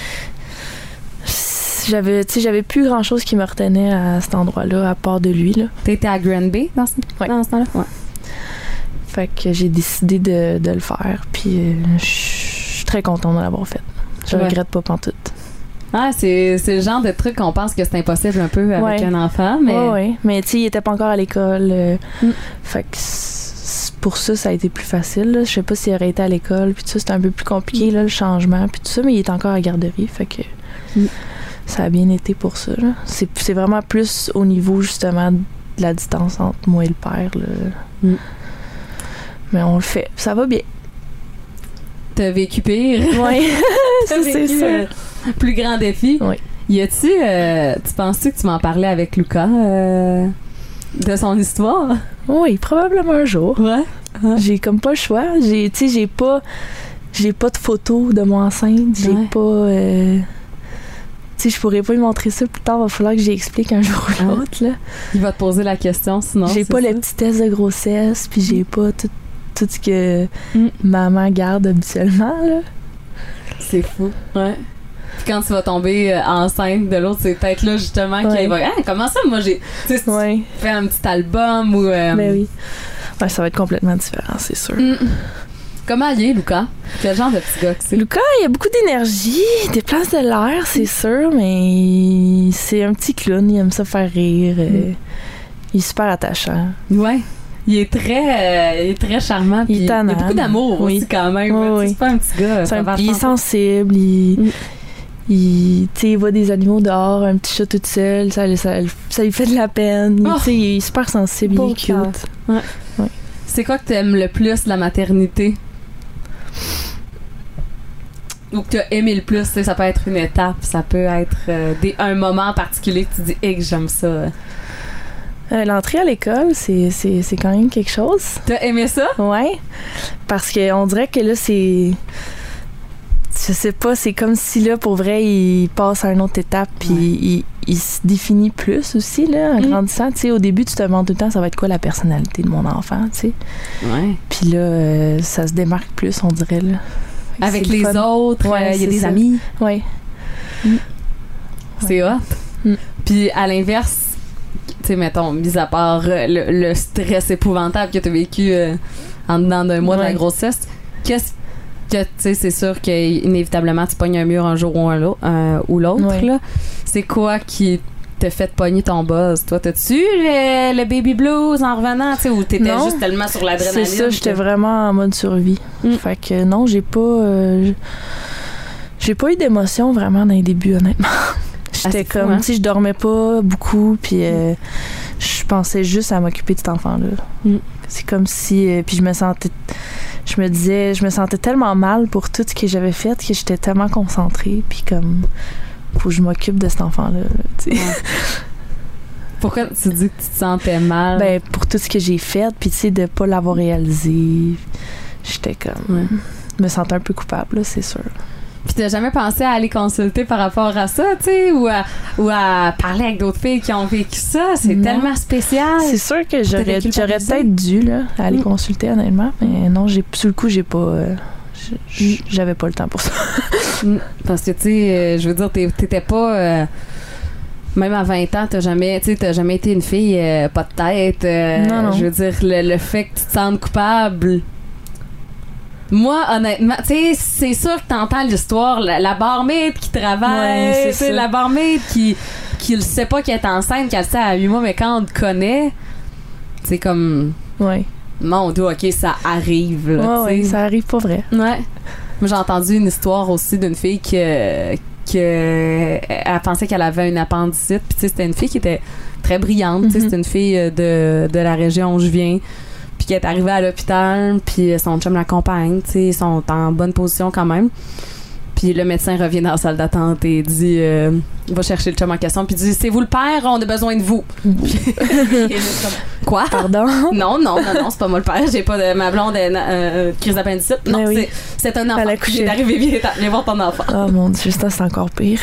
plus grand chose qui me retenait à cet endroit-là, à part de lui, là. T'étais à Grand Bay dans ce temps-là? Ouais. Fait que j'ai décidé de le faire, puis je suis très contente de l'avoir fait. Je regrette pas pantoute. Ah, c'est le genre de truc qu'on pense que c'est impossible un peu avec un enfant, mais... Oui, mais tu sais, il était pas encore à l'école. Fait que pour ça a été plus facile, là. Je sais pas s'il aurait été à l'école, puis tout ça, c'était un peu plus compliqué, là, le changement, puis tout ça, mais il est encore à la garderie, fait que ça a bien été pour ça, là. C'est vraiment plus au niveau, justement, de la distance entre moi et le père, là. Mais on le fait. Ça va bien. T'as vécu pire? Oui. C'est ça. Plus grand défi? Oui. Y a-tu... tu penses-tu que tu m'en parlais avec Luca de son histoire? Oui, probablement un jour. Ouais. J'ai comme pas le choix. J'ai pas de photos de moi enceinte. J'ai pas... Tu sais, je pourrais pas lui montrer ça plus tard. Il va falloir que j'explique un jour ou l'autre, là. Il va te poser la question, sinon... J'ai pas les petits tests de grossesse, puis j'ai pas tout ce que maman garde habituellement, là. C'est fou. Ouais. Puis quand tu vas tomber enceinte de l'autre, c'est peut-être là, justement, qu'il va... comment ça, moi, j'ai... Tu sais, fait un petit album ou... Ben oui. Ouais, ça va être complètement différent, c'est sûr. Comment il est, Luca? Quel genre de petit gars que c'est? Luca, il a beaucoup d'énergie, il déplace de l'air, c'est sûr, mais c'est un petit clown, il aime ça faire rire. Il est super attachant. Ouais. Il est très charmant. Il a beaucoup d'amour aussi, quand même. Oui. C'est pas un petit gars. Il est sensible. Il voit des animaux dehors, un petit chat tout seul, ça lui fait de la peine. Il est super sensible, il est cute. Ouais. C'est quoi que tu aimes le plus de la maternité? Ou que tu as aimé le plus? Ça peut être une étape, ça peut être un moment particulier que tu dis que j'aime ça. L'entrée à l'école, c'est quand même quelque chose. T'as aimé ça? Ouais. Parce qu'on dirait que là, c'est... Je sais pas, c'est comme si là, pour vrai, il passe à une autre étape, puis il se définit plus aussi, là, en grandissant. Tu sais, au début, tu te demandes tout le temps, ça va être quoi la personnalité de mon enfant, tu sais. Ouais. Puis là, ça se démarque plus, on dirait, là. Avec les autres, il y a des amis. Ouais. C'est hot. Puis à l'inverse, tu sais, mettons, mis à part le stress épouvantable que tu as vécu en dedans d'un mois de la grossesse, qu'est-ce que, tu sais, c'est sûr qu'inévitablement, tu pognes un mur un jour ou l'autre, là. C'est quoi qui t'a fait pogner ton buzz? Toi, t'as-tu le baby blues en revenant, tu sais, ou t'étais juste tellement sur l'adrénaline? C'est ça, j'étais vraiment en mode survie. Fait que non, j'ai pas eu d'émotion vraiment dans les débuts, honnêtement. J'étais comme, tu sais, je dormais pas beaucoup, puis je pensais juste à m'occuper de cet enfant-là. C'est comme si, puis je me sentais tellement mal pour tout ce que j'avais fait que j'étais tellement concentrée, puis comme, faut que je m'occupe de cet enfant-là, tu sais. Pourquoi tu dis que tu te sentais mal? Ben, pour tout ce que j'ai fait, puis tu sais, de pas l'avoir réalisé, j'étais comme, je me sentais un peu coupable, là, c'est sûr. Puis t'as jamais pensé à aller consulter par rapport à ça, tu sais, ou à parler avec d'autres filles qui ont vécu ça? C'est tellement spécial. C'est sûr que j'aurais peut-être dû là, aller consulter, honnêtement, mais non, sur le coup, j'ai pas... j'avais pas le temps pour ça. Parce que, tu sais, je veux dire, t'étais pas... même à 20 ans, t'as jamais été une fille pas de tête. Non. Je veux dire, le fait que tu te sentes coupable... Moi, honnêtement, tu sais, c'est sûr que t'entends l'histoire, la barmaid qui travaille, la barmaid qui le sait pas qu'elle est enceinte, qu'elle le sait à 8 mois, mais quand on te connaît, c'est comme... Ouais. Mon Dieu, OK, ça arrive, là, ouais, ça arrive pas vrai. Ouais. Moi, j'ai entendu une histoire aussi d'une fille elle pensait qu'elle avait une appendicite, puis tu sais, c'était une fille qui était très brillante, tu sais, c'était une fille de la région où je viens, puis qui est arrivée à l'hôpital, puis son chum l'accompagne, tu sais, ils sont en bonne position quand même. Puis le médecin revient dans la salle d'attente et dit va chercher le chum en question, puis dit c'est vous le père, on a besoin de vous. Puis, quoi? Pardon? Non, c'est pas moi le père, j'ai pas de ma blonde crise d'appendicite. Non, c'est un enfant. Qui est arrivé, viens voir ton enfant. Oh mon Dieu, ça c'est encore pire.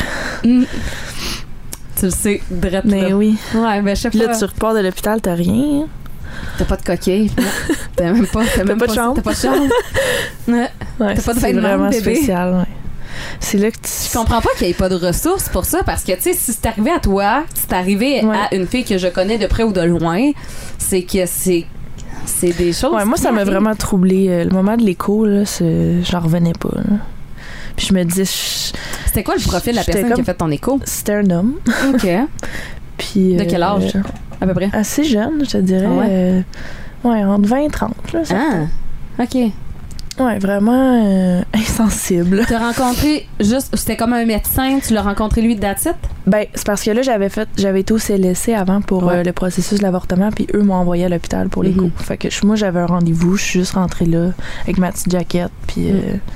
Tu le sais, drette là. Mais oui. Ouais, ben je sais pas. Là tu repars de l'hôpital, t'as rien. T'as pas de coquille. T'as même pas de chambre. T'as pas de chambre. Ouais. T'as pas de vêtements, vraiment bébé. spécial, ouais. C'est là que Je comprends pas qu'il n'y ait pas de ressources pour ça, parce que, tu sais, si c'est arrivé à toi, si c'est arrivé à une fille que je connais de près ou de loin, c'est que c'est des choses. Ouais, moi, ça m'a vraiment troublée. Le moment de l'écho, là, j'en revenais pas. Là. Puis je me disais. C'était quoi le profil de la personne qui a fait ton écho? C'était un homme. OK. Puis. De quel âge, à peu près? Assez jeune, je te dirais. Ouais, entre 20 et 30. Là, OK. Ouais, vraiment insensible. Tu as rencontré juste... C'était comme un médecin, tu l'as rencontré lui de that's it? Ben, c'est parce que là, j'avais été au CLSC avant pour le processus de l'avortement, puis eux m'ont envoyé à l'hôpital pour les coups. Fait que moi, j'avais un rendez-vous, je suis juste rentrée là avec ma petite jaquette, puis...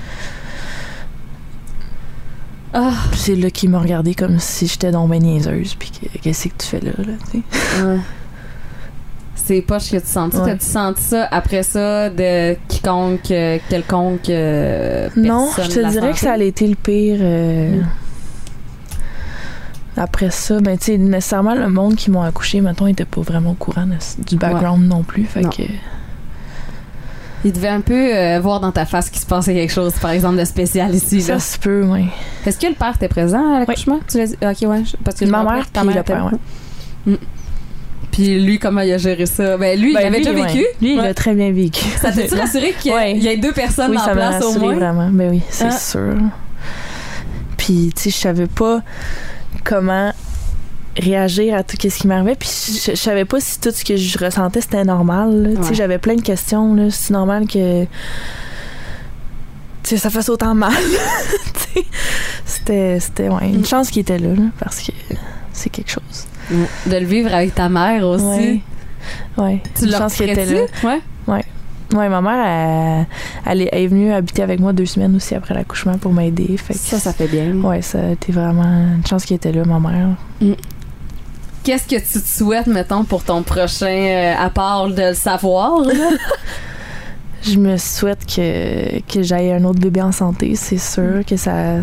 Puis c'est là qu'ils m'ont regardé comme si j'étais donc ben niaiseuse, puis qu'est-ce que tu fais là, tu sais? C'est pas ce que tu sens. T'as-tu senti ça après ça de quelconque personne? Non, je te dirais que ça a été le pire. Après ça, ben tu sais, nécessairement le monde qui m'ont accouché, mettons, était pas vraiment au courant du background non plus. Fait que... Il devait un peu voir dans ta face qu'il se passait quelque chose, par exemple, de spécial ici. Ça se peut, oui. Est-ce que le père était présent à l'accouchement? Tu l'as dit? OK, ouais. Parce que ma mère, ta mère, le père, Puis lui, comment il a géré ça? Ben lui, il avait déjà vécu. Ouais. Lui, il a très bien vécu. Ça t'a-tu rassuré qu'il y ait deux personnes en place au moins? Vraiment. Ben oui, c'est sûr. Puis, tu sais, je savais pas comment réagir à tout ce qui m'arrivait. Puis, je savais pas si tout ce que je ressentais, c'était normal. Tu sais, j'avais plein de questions. Là. C'est normal que... Tu sais, ça fasse autant mal. C'était une chance qu'il était là, parce que c'est quelque chose. De le vivre avec ta mère aussi. Ouais. Tu l'as regretté? Ouais, ma mère, elle est venue habiter avec moi 2 semaines aussi après l'accouchement pour m'aider. Fait que ça fait bien. Ouais, ça a été vraiment une chance qu'elle était là, ma mère. Qu'est-ce que tu te souhaites, mettons, pour ton prochain, à part de le savoir, là? Je me souhaite que j'aille un autre bébé en santé, c'est sûr que ça...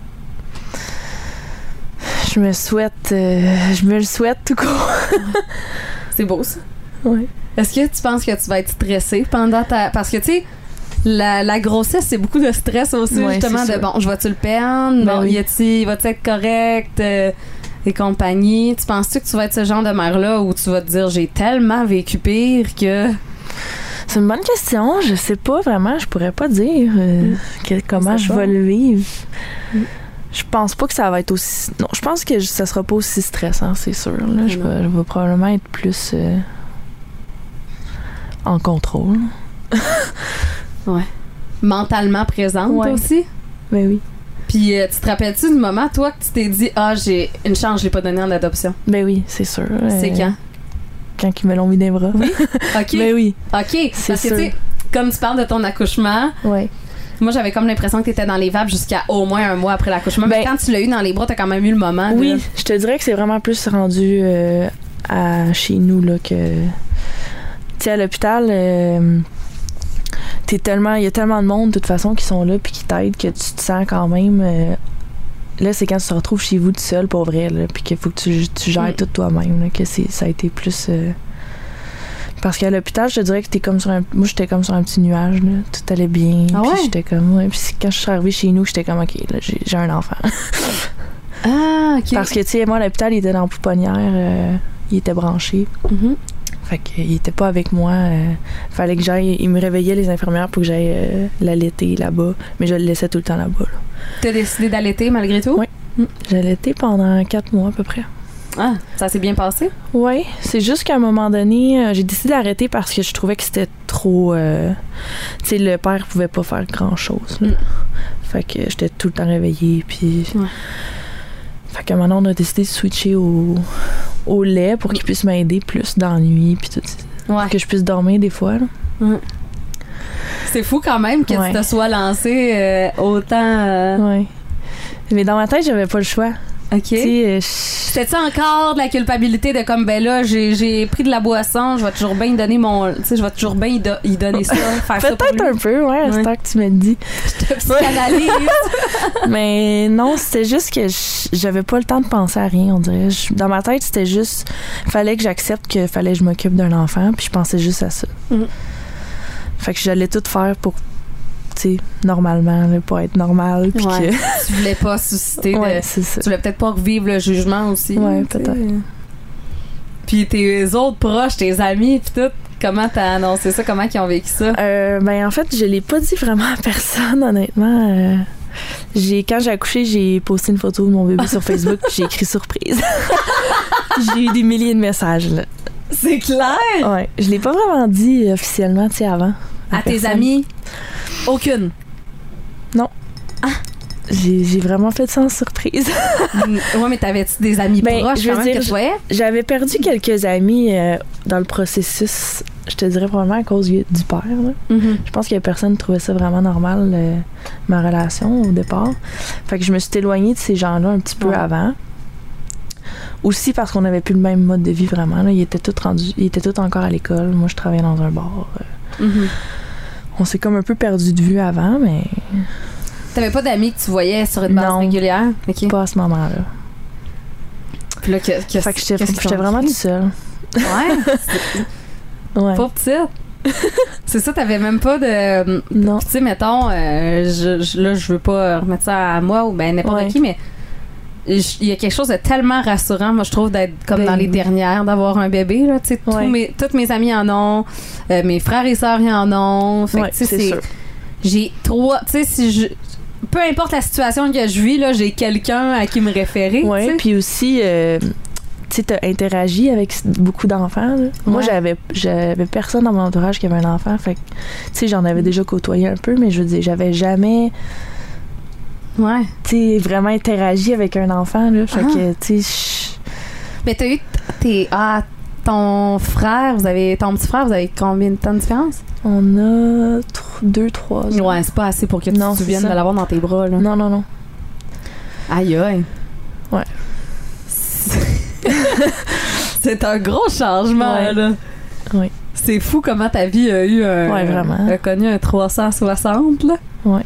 Je me le souhaite tout court. C'est beau, ça. Oui. Est-ce que tu penses que tu vas être stressée pendant ta... Parce que, tu sais, la grossesse, c'est beaucoup de stress aussi, justement, de, bon, je vais-tu le perdre? Ben bon, va-tu être correct? et compagnie. Tu penses-tu que tu vas être ce genre de mère-là où tu vas te dire j'ai tellement vécu pire que... C'est une bonne question. Je sais pas vraiment. Je pourrais pas dire comment je vais le vivre. Je pense pas que ça va être aussi... Non, je pense que ça sera pas aussi stressant, c'est sûr. Là. Je vais probablement être plus en contrôle. Ouais. Mentalement présente, toi aussi? Ben oui. Puis, tu te rappelles-tu du moment, toi, que tu t'es dit « Ah, j'ai une chance, je l'ai pas donnée en adoption? » Ben oui, c'est sûr. C'est quand? Quand ils me l'ont mis dans les bras. Oui? OK. Ben oui. OK. C'est Parce que, sûr. tu sais, comme tu parles de ton accouchement... Ouais. Moi, j'avais comme l'impression que t'étais dans les vapes jusqu'à au moins un mois après l'accouchement. Mais quand tu l'as eu dans les bras, t'as quand même eu le moment. Oui, je te dirais que c'est vraiment plus rendu chez nous, là, que... Tu sais, à l'hôpital, il y a tellement de monde, de toute façon, qui sont là puis qui t'aident que tu te sens quand même... là, c'est quand tu te retrouves chez vous tout seul, pour vrai, là, puis qu'il faut que tu gères tout toi-même, là, que ça a été plus... Parce qu'à l'hôpital, je te dirais que moi, j'étais comme sur un petit nuage, là. Tout allait bien. Ah puis ouais? j'étais comme... Ouais. Puis quand je suis arrivée chez nous, j'étais comme, OK, là, j'ai un enfant. Ah, OK. Parce que, tu sais, moi, à l'hôpital, il était dans la pouponnière. Il était branché. Mhm. Fait qu'il était pas avec moi. Fallait que j'aille... Il me réveillait, les infirmières, pour que j'aille l'allaiter là-bas. Mais je le laissais tout le temps là-bas, là. T'as décidé d'allaiter malgré tout? Oui. J'ai allaité pendant 4 mois, à peu près. Ah, ça s'est bien passé? Oui, c'est juste qu'à un moment donné, j'ai décidé d'arrêter parce que je trouvais que c'était trop... tu sais, le père pouvait pas faire grand-chose. Là. Fait que j'étais tout le temps réveillée, puis... Ouais. Fait qu'à un moment donné, on a décidé de switcher au lait pour qu'il puisse m'aider plus dans la nuit, puis tout ça. Ouais. Que je puisse dormir des fois, là. Ouais. C'est fou quand même que tu te sois lancé autant... Ouais. Mais dans ma tête, j'avais pas le choix. OK. C'était-tu encore de la culpabilité de comme, ben là, j'ai pris de la boisson, je vais toujours bien y donner mon... Tu sais, je vais toujours bien y donner ça, faire ça pour lui. Peut-être un peu, ouais, à ce temps que tu me le dis. Je te psychanalyse. Mais non, c'était juste que j'avais pas le temps de penser à rien, on dirait. Dans ma tête, c'était juste... Fallait que j'accepte qu'il fallait que je m'occupe d'un enfant, puis je pensais juste à ça. Fait que j'allais tout faire pour... Tu sais, normalement, là, pour être normal. Puis que... Tu voulais pas susciter c'est ça. Tu voulais peut-être pas revivre le jugement aussi. Ouais, peut-être. Puis tes autres proches, tes amis, puis tout, comment t'as annoncé ça? Comment ils ont vécu ça? Ben, en fait, je l'ai pas dit vraiment à personne, honnêtement. Quand j'ai accouché, j'ai posté une photo de mon bébé sur Facebook, puis j'ai écrit surprise. J'ai eu des milliers de messages, là. C'est clair? Ouais. Je l'ai pas vraiment dit officiellement, tu sais, avant. À tes amis? Aucune? Non. Ah! J'ai vraiment fait ça en surprise. Ouais, mais t'avais-tu des amis proches je veux quand même dire, que tu voyais? J'avais perdu quelques amis dans le processus. Je te dirais probablement à cause du père. Là. Je pense que personne ne trouvait ça vraiment normal, ma relation au départ. Fait que je me suis éloignée de ces gens-là un petit peu avant. Aussi parce qu'on n'avait plus le même mode de vie vraiment. Là. Ils étaient tous encore à l'école. Moi, je travaillais dans un bar. On s'est comme un peu perdu de vue avant, mais... T'avais pas d'amis que tu voyais sur une base régulière? Okay. Pas à ce moment-là. Puis là, fait que j'étais vraiment toute seule. Ouais? Ouais. Pas petite? C'est ça, t'avais même pas de... Non. Tu sais, mettons, là, je veux pas remettre ça à moi ou ben n'importe qui, mais il y a quelque chose de tellement rassurant, moi, je trouve, d'être comme dans les dernières, d'avoir un bébé, là. Tu sais, toutes mes amis en ont, mes frères et sœurs y en ont. Fait que, tu sais, c'est sûr. J'ai 3... Tu sais, peu importe la situation que je vis, là, j'ai quelqu'un à qui me référer. Oui, puis aussi, tu sais, t'as interagi avec beaucoup d'enfants. Là. Moi, j'avais personne dans mon entourage qui avait un enfant. Fait que, tu sais, j'en avais déjà côtoyé un peu, mais je veux dire, j'avais jamais... tu sais, vraiment interagi avec un enfant, là. Fait que, tu sais... Mais t'as eu ton petit frère, vous avez combien de temps de différence? On a 2-3 ans. Ouais, c'est pas assez pour que tu te souviennes de l'avoir dans tes bras, là. Non. Aïe, aïe. Ouais. C'est un gros changement, là. Oui. C'est fou comment ta vie a eu vraiment. A connu un 360, là. Ouais.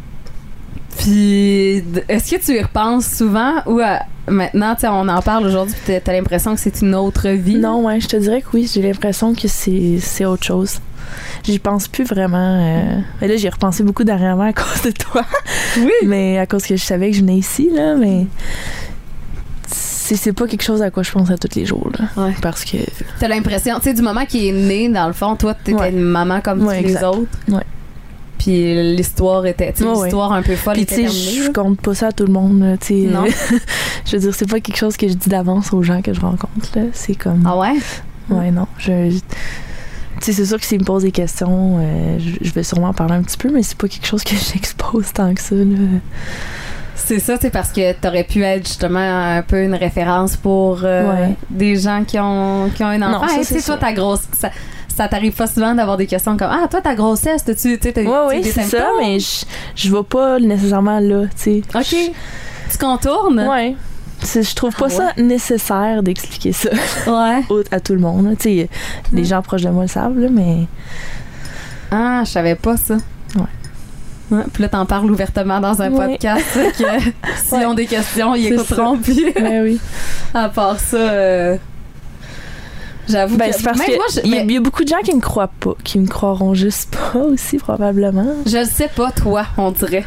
Puis, est-ce que tu y repenses souvent ou maintenant, tu sais, on en parle aujourd'hui, puis t'as l'impression que c'est une autre vie? Non, je te dirais que oui, j'ai l'impression que c'est autre chose. J'y pense plus vraiment. Mais là, j'y ai repensé beaucoup dernièrement à cause de toi. Oui. Mais à cause que je savais que je venais ici, là, mais c'est pas quelque chose à quoi je pense à tous les jours, là. Ouais. Parce que... T'as l'impression, tu sais, du moment qu'il est né, dans le fond, toi, t'étais une maman comme toutes les autres. Ouais. Puis l'histoire était, tu sais, l'histoire un peu folle puis, était terminée. Je compte pas ça à tout le monde, tu sais. Non. Je veux dire, c'est pas quelque chose que je dis d'avance aux gens que je rencontre, là. C'est comme... Ah ouais? Ouais, non. Tu sais, c'est sûr que s'ils me posent des questions, je vais sûrement en parler un petit peu, mais c'est pas quelque chose que j'expose tant que ça, là. C'est ça, c'est parce que t'aurais pu être justement un peu une référence pour des gens qui ont un enfant. Non, tu sais, toi, ta grosse... Ça t'arrive pas souvent d'avoir des questions comme « Ah, toi, ta grossesse, t'as des oui, c'est symptômes? » ça, mais je vais pas nécessairement là, tu sais. OK. Tu contournes? Ouais. Je trouve pas ça nécessaire d'expliquer ça à tout le monde. Tu sais, les gens proches de moi le savent, là, mais... Ah, je savais pas ça. Ouais. Puis là, t'en parles ouvertement dans un podcast que s'ils ont des questions, ils écouteront. Puis oui. À part ça... J'avoue que c'est parce que il y a beaucoup de gens qui me croient pas, qui me croiront juste pas aussi probablement. Je le sais pas, toi, on dirait.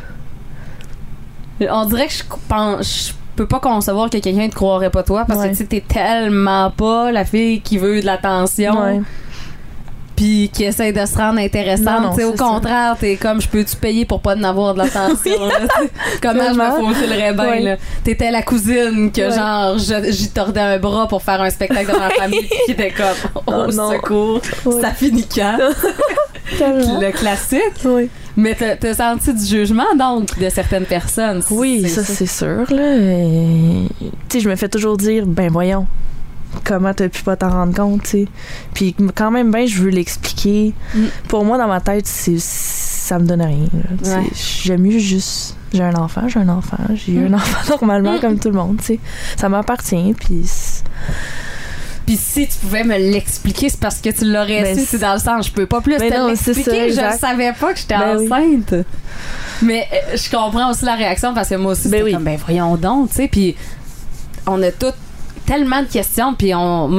On dirait que je peux pas concevoir que quelqu'un te croirait pas toi parce que tu sais t'es tellement pas la fille qui veut de l'attention. Puis qui essaie de se rendre intéressante. Au contraire, t'es comme je peux-tu payer pour pas en avoir de l'attention? Comment je me faufilerais bien? Là? T'étais la cousine que genre j'y tordais un bras pour faire un spectacle dans ma famille qui était comme au secours, ça finit quand? Le classique. Oui. Mais t'as senti du jugement donc de certaines personnes? Oui, ça c'est sûr. Tu sais, je me fais toujours dire ben voyons. Comment t'as pu pas t'en rendre compte, tu sais. Puis quand même, je veux l'expliquer. Pour moi, dans ma tête, ça me donne rien. J'aime mieux juste... J'ai un enfant. J'ai eu un enfant normalement, comme tout le monde, tu sais. Ça m'appartient, puis... Puis si tu pouvais me l'expliquer, c'est parce que tu l'aurais su, c'est dans le sens, je peux pas plus te l'expliquer, je savais pas que j'étais enceinte. Oui. Mais je comprends aussi la réaction, parce que moi aussi, c'était comme, voyons donc, tu sais. Puis on a toutes tellement de questions, puis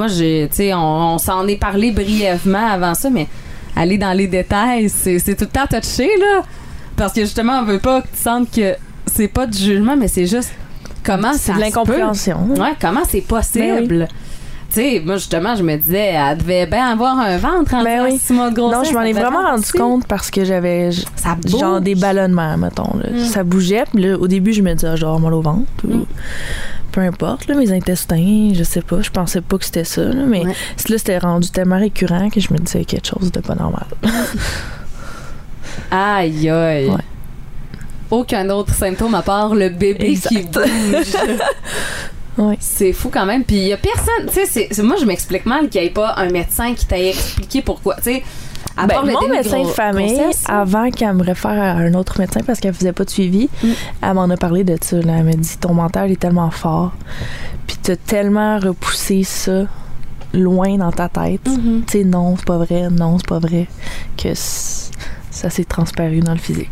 on s'en est parlé brièvement avant ça, mais aller dans les détails, c'est tout le temps touché, là. Parce que justement, on veut pas que tu sentes que c'est pas du jugement, mais c'est juste comment ça se peut. C'est de l'incompréhension. Ouais, comment c'est possible. Tu sais, moi, justement, je me disais, elle devait bien avoir un ventre en 6 mois de grossesse. Non, je m'en ai vraiment rendu compte parce que j'avais genre des ballonnements, mettons. Là. Ça bougeait, puis là, au début, je me disais, genre, mal au ventre. Ou, peu importe, là, mes intestins, je sais pas, je pensais pas que c'était ça, là, mais là, c'était rendu tellement récurrent que je me disais quelque chose de pas normal. Aïe, aïe. Ouais. Aucun autre symptôme à part le bébé qui bouge. Oui. C'est fou quand même. Puis il y a personne, tu sais, moi je m'explique mal qu'il n'y ait pas un médecin qui t'ait expliqué pourquoi. Tu sais, à part mon médecin de famille, avant qu'elle me réfère à un autre médecin parce qu'elle faisait pas de suivi, elle m'en a parlé de ça. Là. Elle m'a dit ton mental est tellement fort, puis t'as tellement repoussé ça loin dans ta tête. Tu sais, non, c'est pas vrai, que ça s'est transparu dans le physique.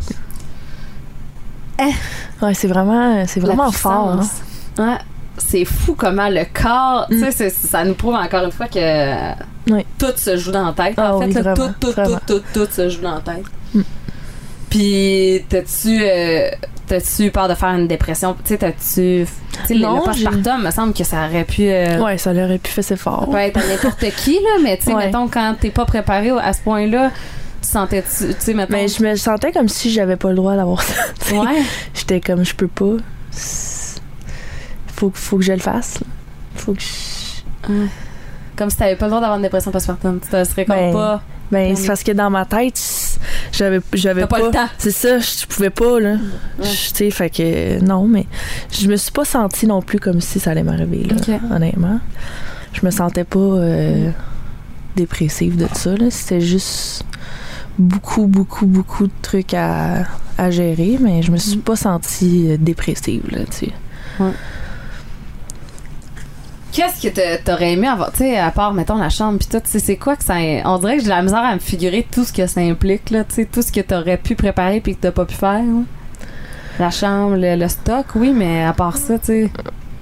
Ouais, c'est vraiment fort. Hein? Ouais. C'est fou comment le corps, tu sais, ça nous prouve encore une fois que tout se joue dans la tête. En fait, là, tout se joue dans la tête. Puis, t'as-tu peur de faire une dépression? Tu sais, le postpartum, me semble que ça aurait pu... ouais, ça aurait pu faire ses forts. Ça peut être à n'importe qui, là, mais tu sais, mettons, quand t'es pas préparé à ce point-là, tu sentais-tu, mettons... Mais je me sentais comme si j'avais pas le droit d'avoir ça. Ouais. J'étais comme, je peux pas... Faut que je le fasse. Faut que Comme si t'avais pas le droit d'avoir une dépression postpartum. Tu te serais comme pas... c'est parce que dans ma tête, j'avais pas le temps. C'est ça, je pouvais pas, là. Tu sais, fait que... Non, mais je me suis pas sentie non plus comme si ça allait m'arriver, là, honnêtement. Je me sentais pas dépressive de ça, là. C'était juste beaucoup de trucs à gérer, mais je me suis pas sentie dépressive, là, tu sais. Ouais. Qu'est-ce que t'aurais aimé avoir, tu sais, à part, mettons, la chambre pis tout, tu sais, c'est quoi que ça... On dirait que j'ai de la misère à me figurer tout ce que ça implique, là, tu sais, tout ce que t'aurais pu préparer pis que t'as pas pu faire, là. La chambre, le stock, oui, mais à part ça, tu sais...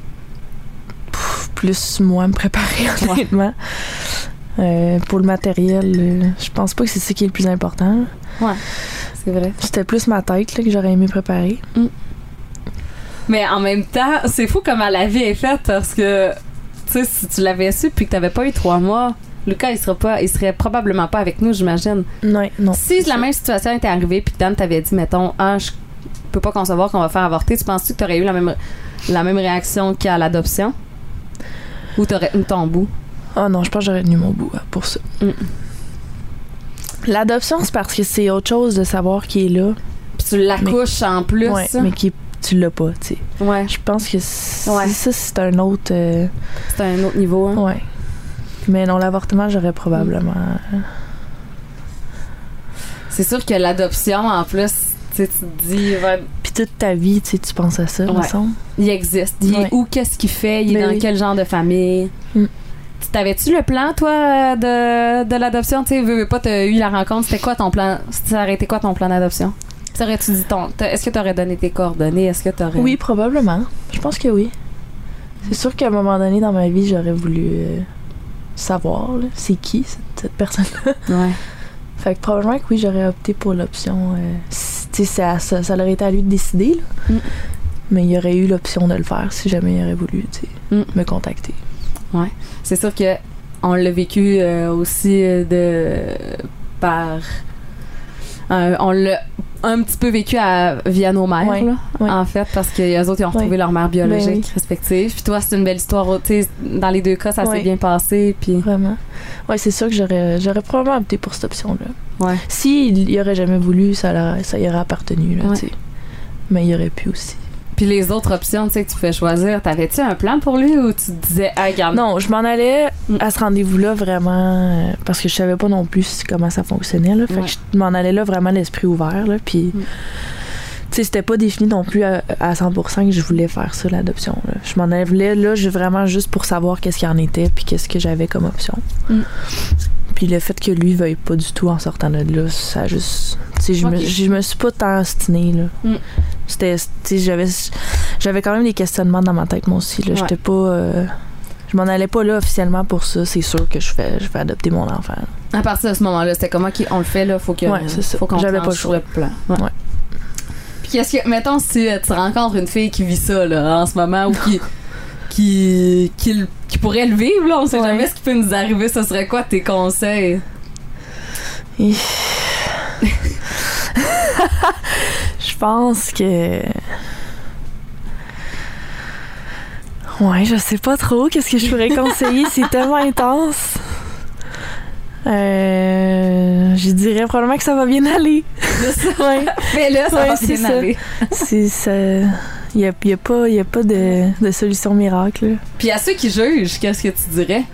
Plus moi me préparer, honnêtement. Pour le matériel, je pense pas que c'est ça qui est le plus important. Ouais, c'est vrai. C'était plus ma tête, là, que j'aurais aimé préparer. Mais en même temps, c'est fou comment la vie est faite parce que, tu sais, si tu l'avais su puis que t'avais pas eu 3 mois, Lucas, il serait probablement pas avec nous, j'imagine. Non. Si la même situation était arrivée puis que Dan t'avait dit, mettons, je peux pas concevoir qu'on va faire avorter, tu penses-tu que t'aurais eu la même réaction qu'à l'adoption? Ou t'aurais tenu ton bout? Oh non, je pense que j'aurais tenu mon bout pour ça. L'adoption, c'est parce que c'est autre chose de savoir qui est là. Puis tu l'accouches en plus. Ouais, mais tu l'as pas, tu sais. Ouais. Je pense que ça, c'est un autre... c'est un autre niveau, hein? Ouais. Mais non, l'avortement, j'aurais probablement... C'est sûr que l'adoption, en plus, tu te dis... Puis toute ta vie, tu penses à ça, me semble. Il existe. Il est où, qu'est-ce qu'il fait? Il est dans quel genre de famille? T'avais-tu le plan, toi, de l'adoption? Tu sais, veux pas, t'as eu la rencontre. C'était quoi ton plan? Ça aurait été quoi ton plan d'adoption? T'aurais-tu dit est-ce que t'aurais donné tes coordonnées? Est-ce que t'aurais... Oui, probablement. Je pense que oui. C'est sûr qu'à un moment donné dans ma vie, j'aurais voulu savoir là, c'est qui cette personne-là. Ouais. Fait que probablement que oui, j'aurais opté pour l'option. Tu sais, ça aurait été à lui de décider, là. Mais il y aurait eu l'option de le faire si jamais il aurait voulu, tu sais, me contacter. Ouais. C'est sûr que on l'a vécu aussi on l'a un petit peu vécu via nos mères, là, en fait, parce que les autres, ils ont retrouvé leur mère biologique respective. Puis toi, c'est une belle histoire. Tu sais, dans les deux cas, ça s'est bien passé. Puis... Vraiment. Ouais, c'est sûr que j'aurais probablement opté pour cette option-là. Ouais. S'il y aurait jamais voulu, ça y aurait appartenu, là, tu sais. Mais il aurait pu aussi. Puis les autres options, tu sais, que tu pouvais choisir, t'avais-tu un plan pour lui ou tu te disais, regarde? Non, je m'en allais à ce rendez-vous-là vraiment parce que je savais pas non plus comment ça fonctionnait, là. Fait que je m'en allais là vraiment l'esprit ouvert, là. Puis, tu sais, c'était pas défini non plus à 100% que je voulais faire ça, l'adoption, là. Je m'en allais là vraiment juste pour savoir qu'est-ce qu'il en était puis qu'est-ce que j'avais comme option. Puis le fait que lui veuille pas du tout en sortant de là, ça a juste... Tu sais, je me suis pas tant ostinée, là. C'était... Tu sais, j'avais quand même des questionnements dans ma tête, moi aussi, là. J'étais pas... je m'en allais pas là officiellement pour ça. C'est sûr que je vais adopter mon enfant, là. À partir de ce moment-là, c'était comment on le fait, là? Faut c'est ça. Faut qu'on j'avais pas le choix. Le plan. Ouais. Puis qu'est-ce que... Mettons, si tu rencontres une fille qui vit ça, là, en ce moment, ou qui pourrait le vivre, là, on sait jamais ce qui peut nous arriver, ce serait quoi tes conseils? Je pense que... Ouais, je sais pas trop qu'est-ce que je pourrais conseiller, c'est tellement intense. Je dirais probablement que ça va bien aller. Mais là, ça va bien aller. C'est ça. Il y a pas de solution miracle. Là. Puis à ceux qui jugent, qu'est-ce que tu dirais?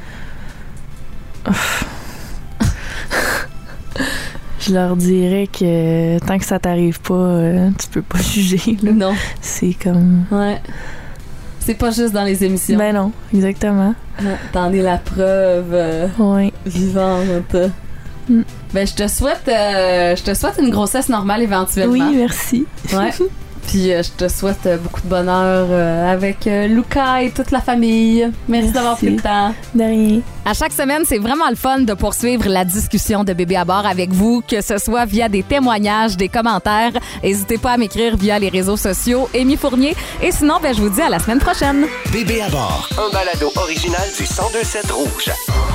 Je leur dirais que tant que ça t'arrive pas, tu peux pas juger. Là. Non. C'est comme... Ouais. C'est pas juste dans les émissions. Ben non, exactement. T'en es la preuve vivante. Ben je te souhaite une grossesse normale éventuellement. Oui, merci. Ouais. Puis je te souhaite beaucoup de bonheur avec Lucas et toute la famille. Merci d'avoir pris le temps. De rien. À chaque semaine, c'est vraiment le fun de poursuivre la discussion de Bébé à bord avec vous, que ce soit via des témoignages, des commentaires. N'hésitez pas à m'écrire via les réseaux sociaux Amy Fournier. Et sinon, je vous dis à la semaine prochaine. Bébé à bord, un balado original du 102.7 Rouge.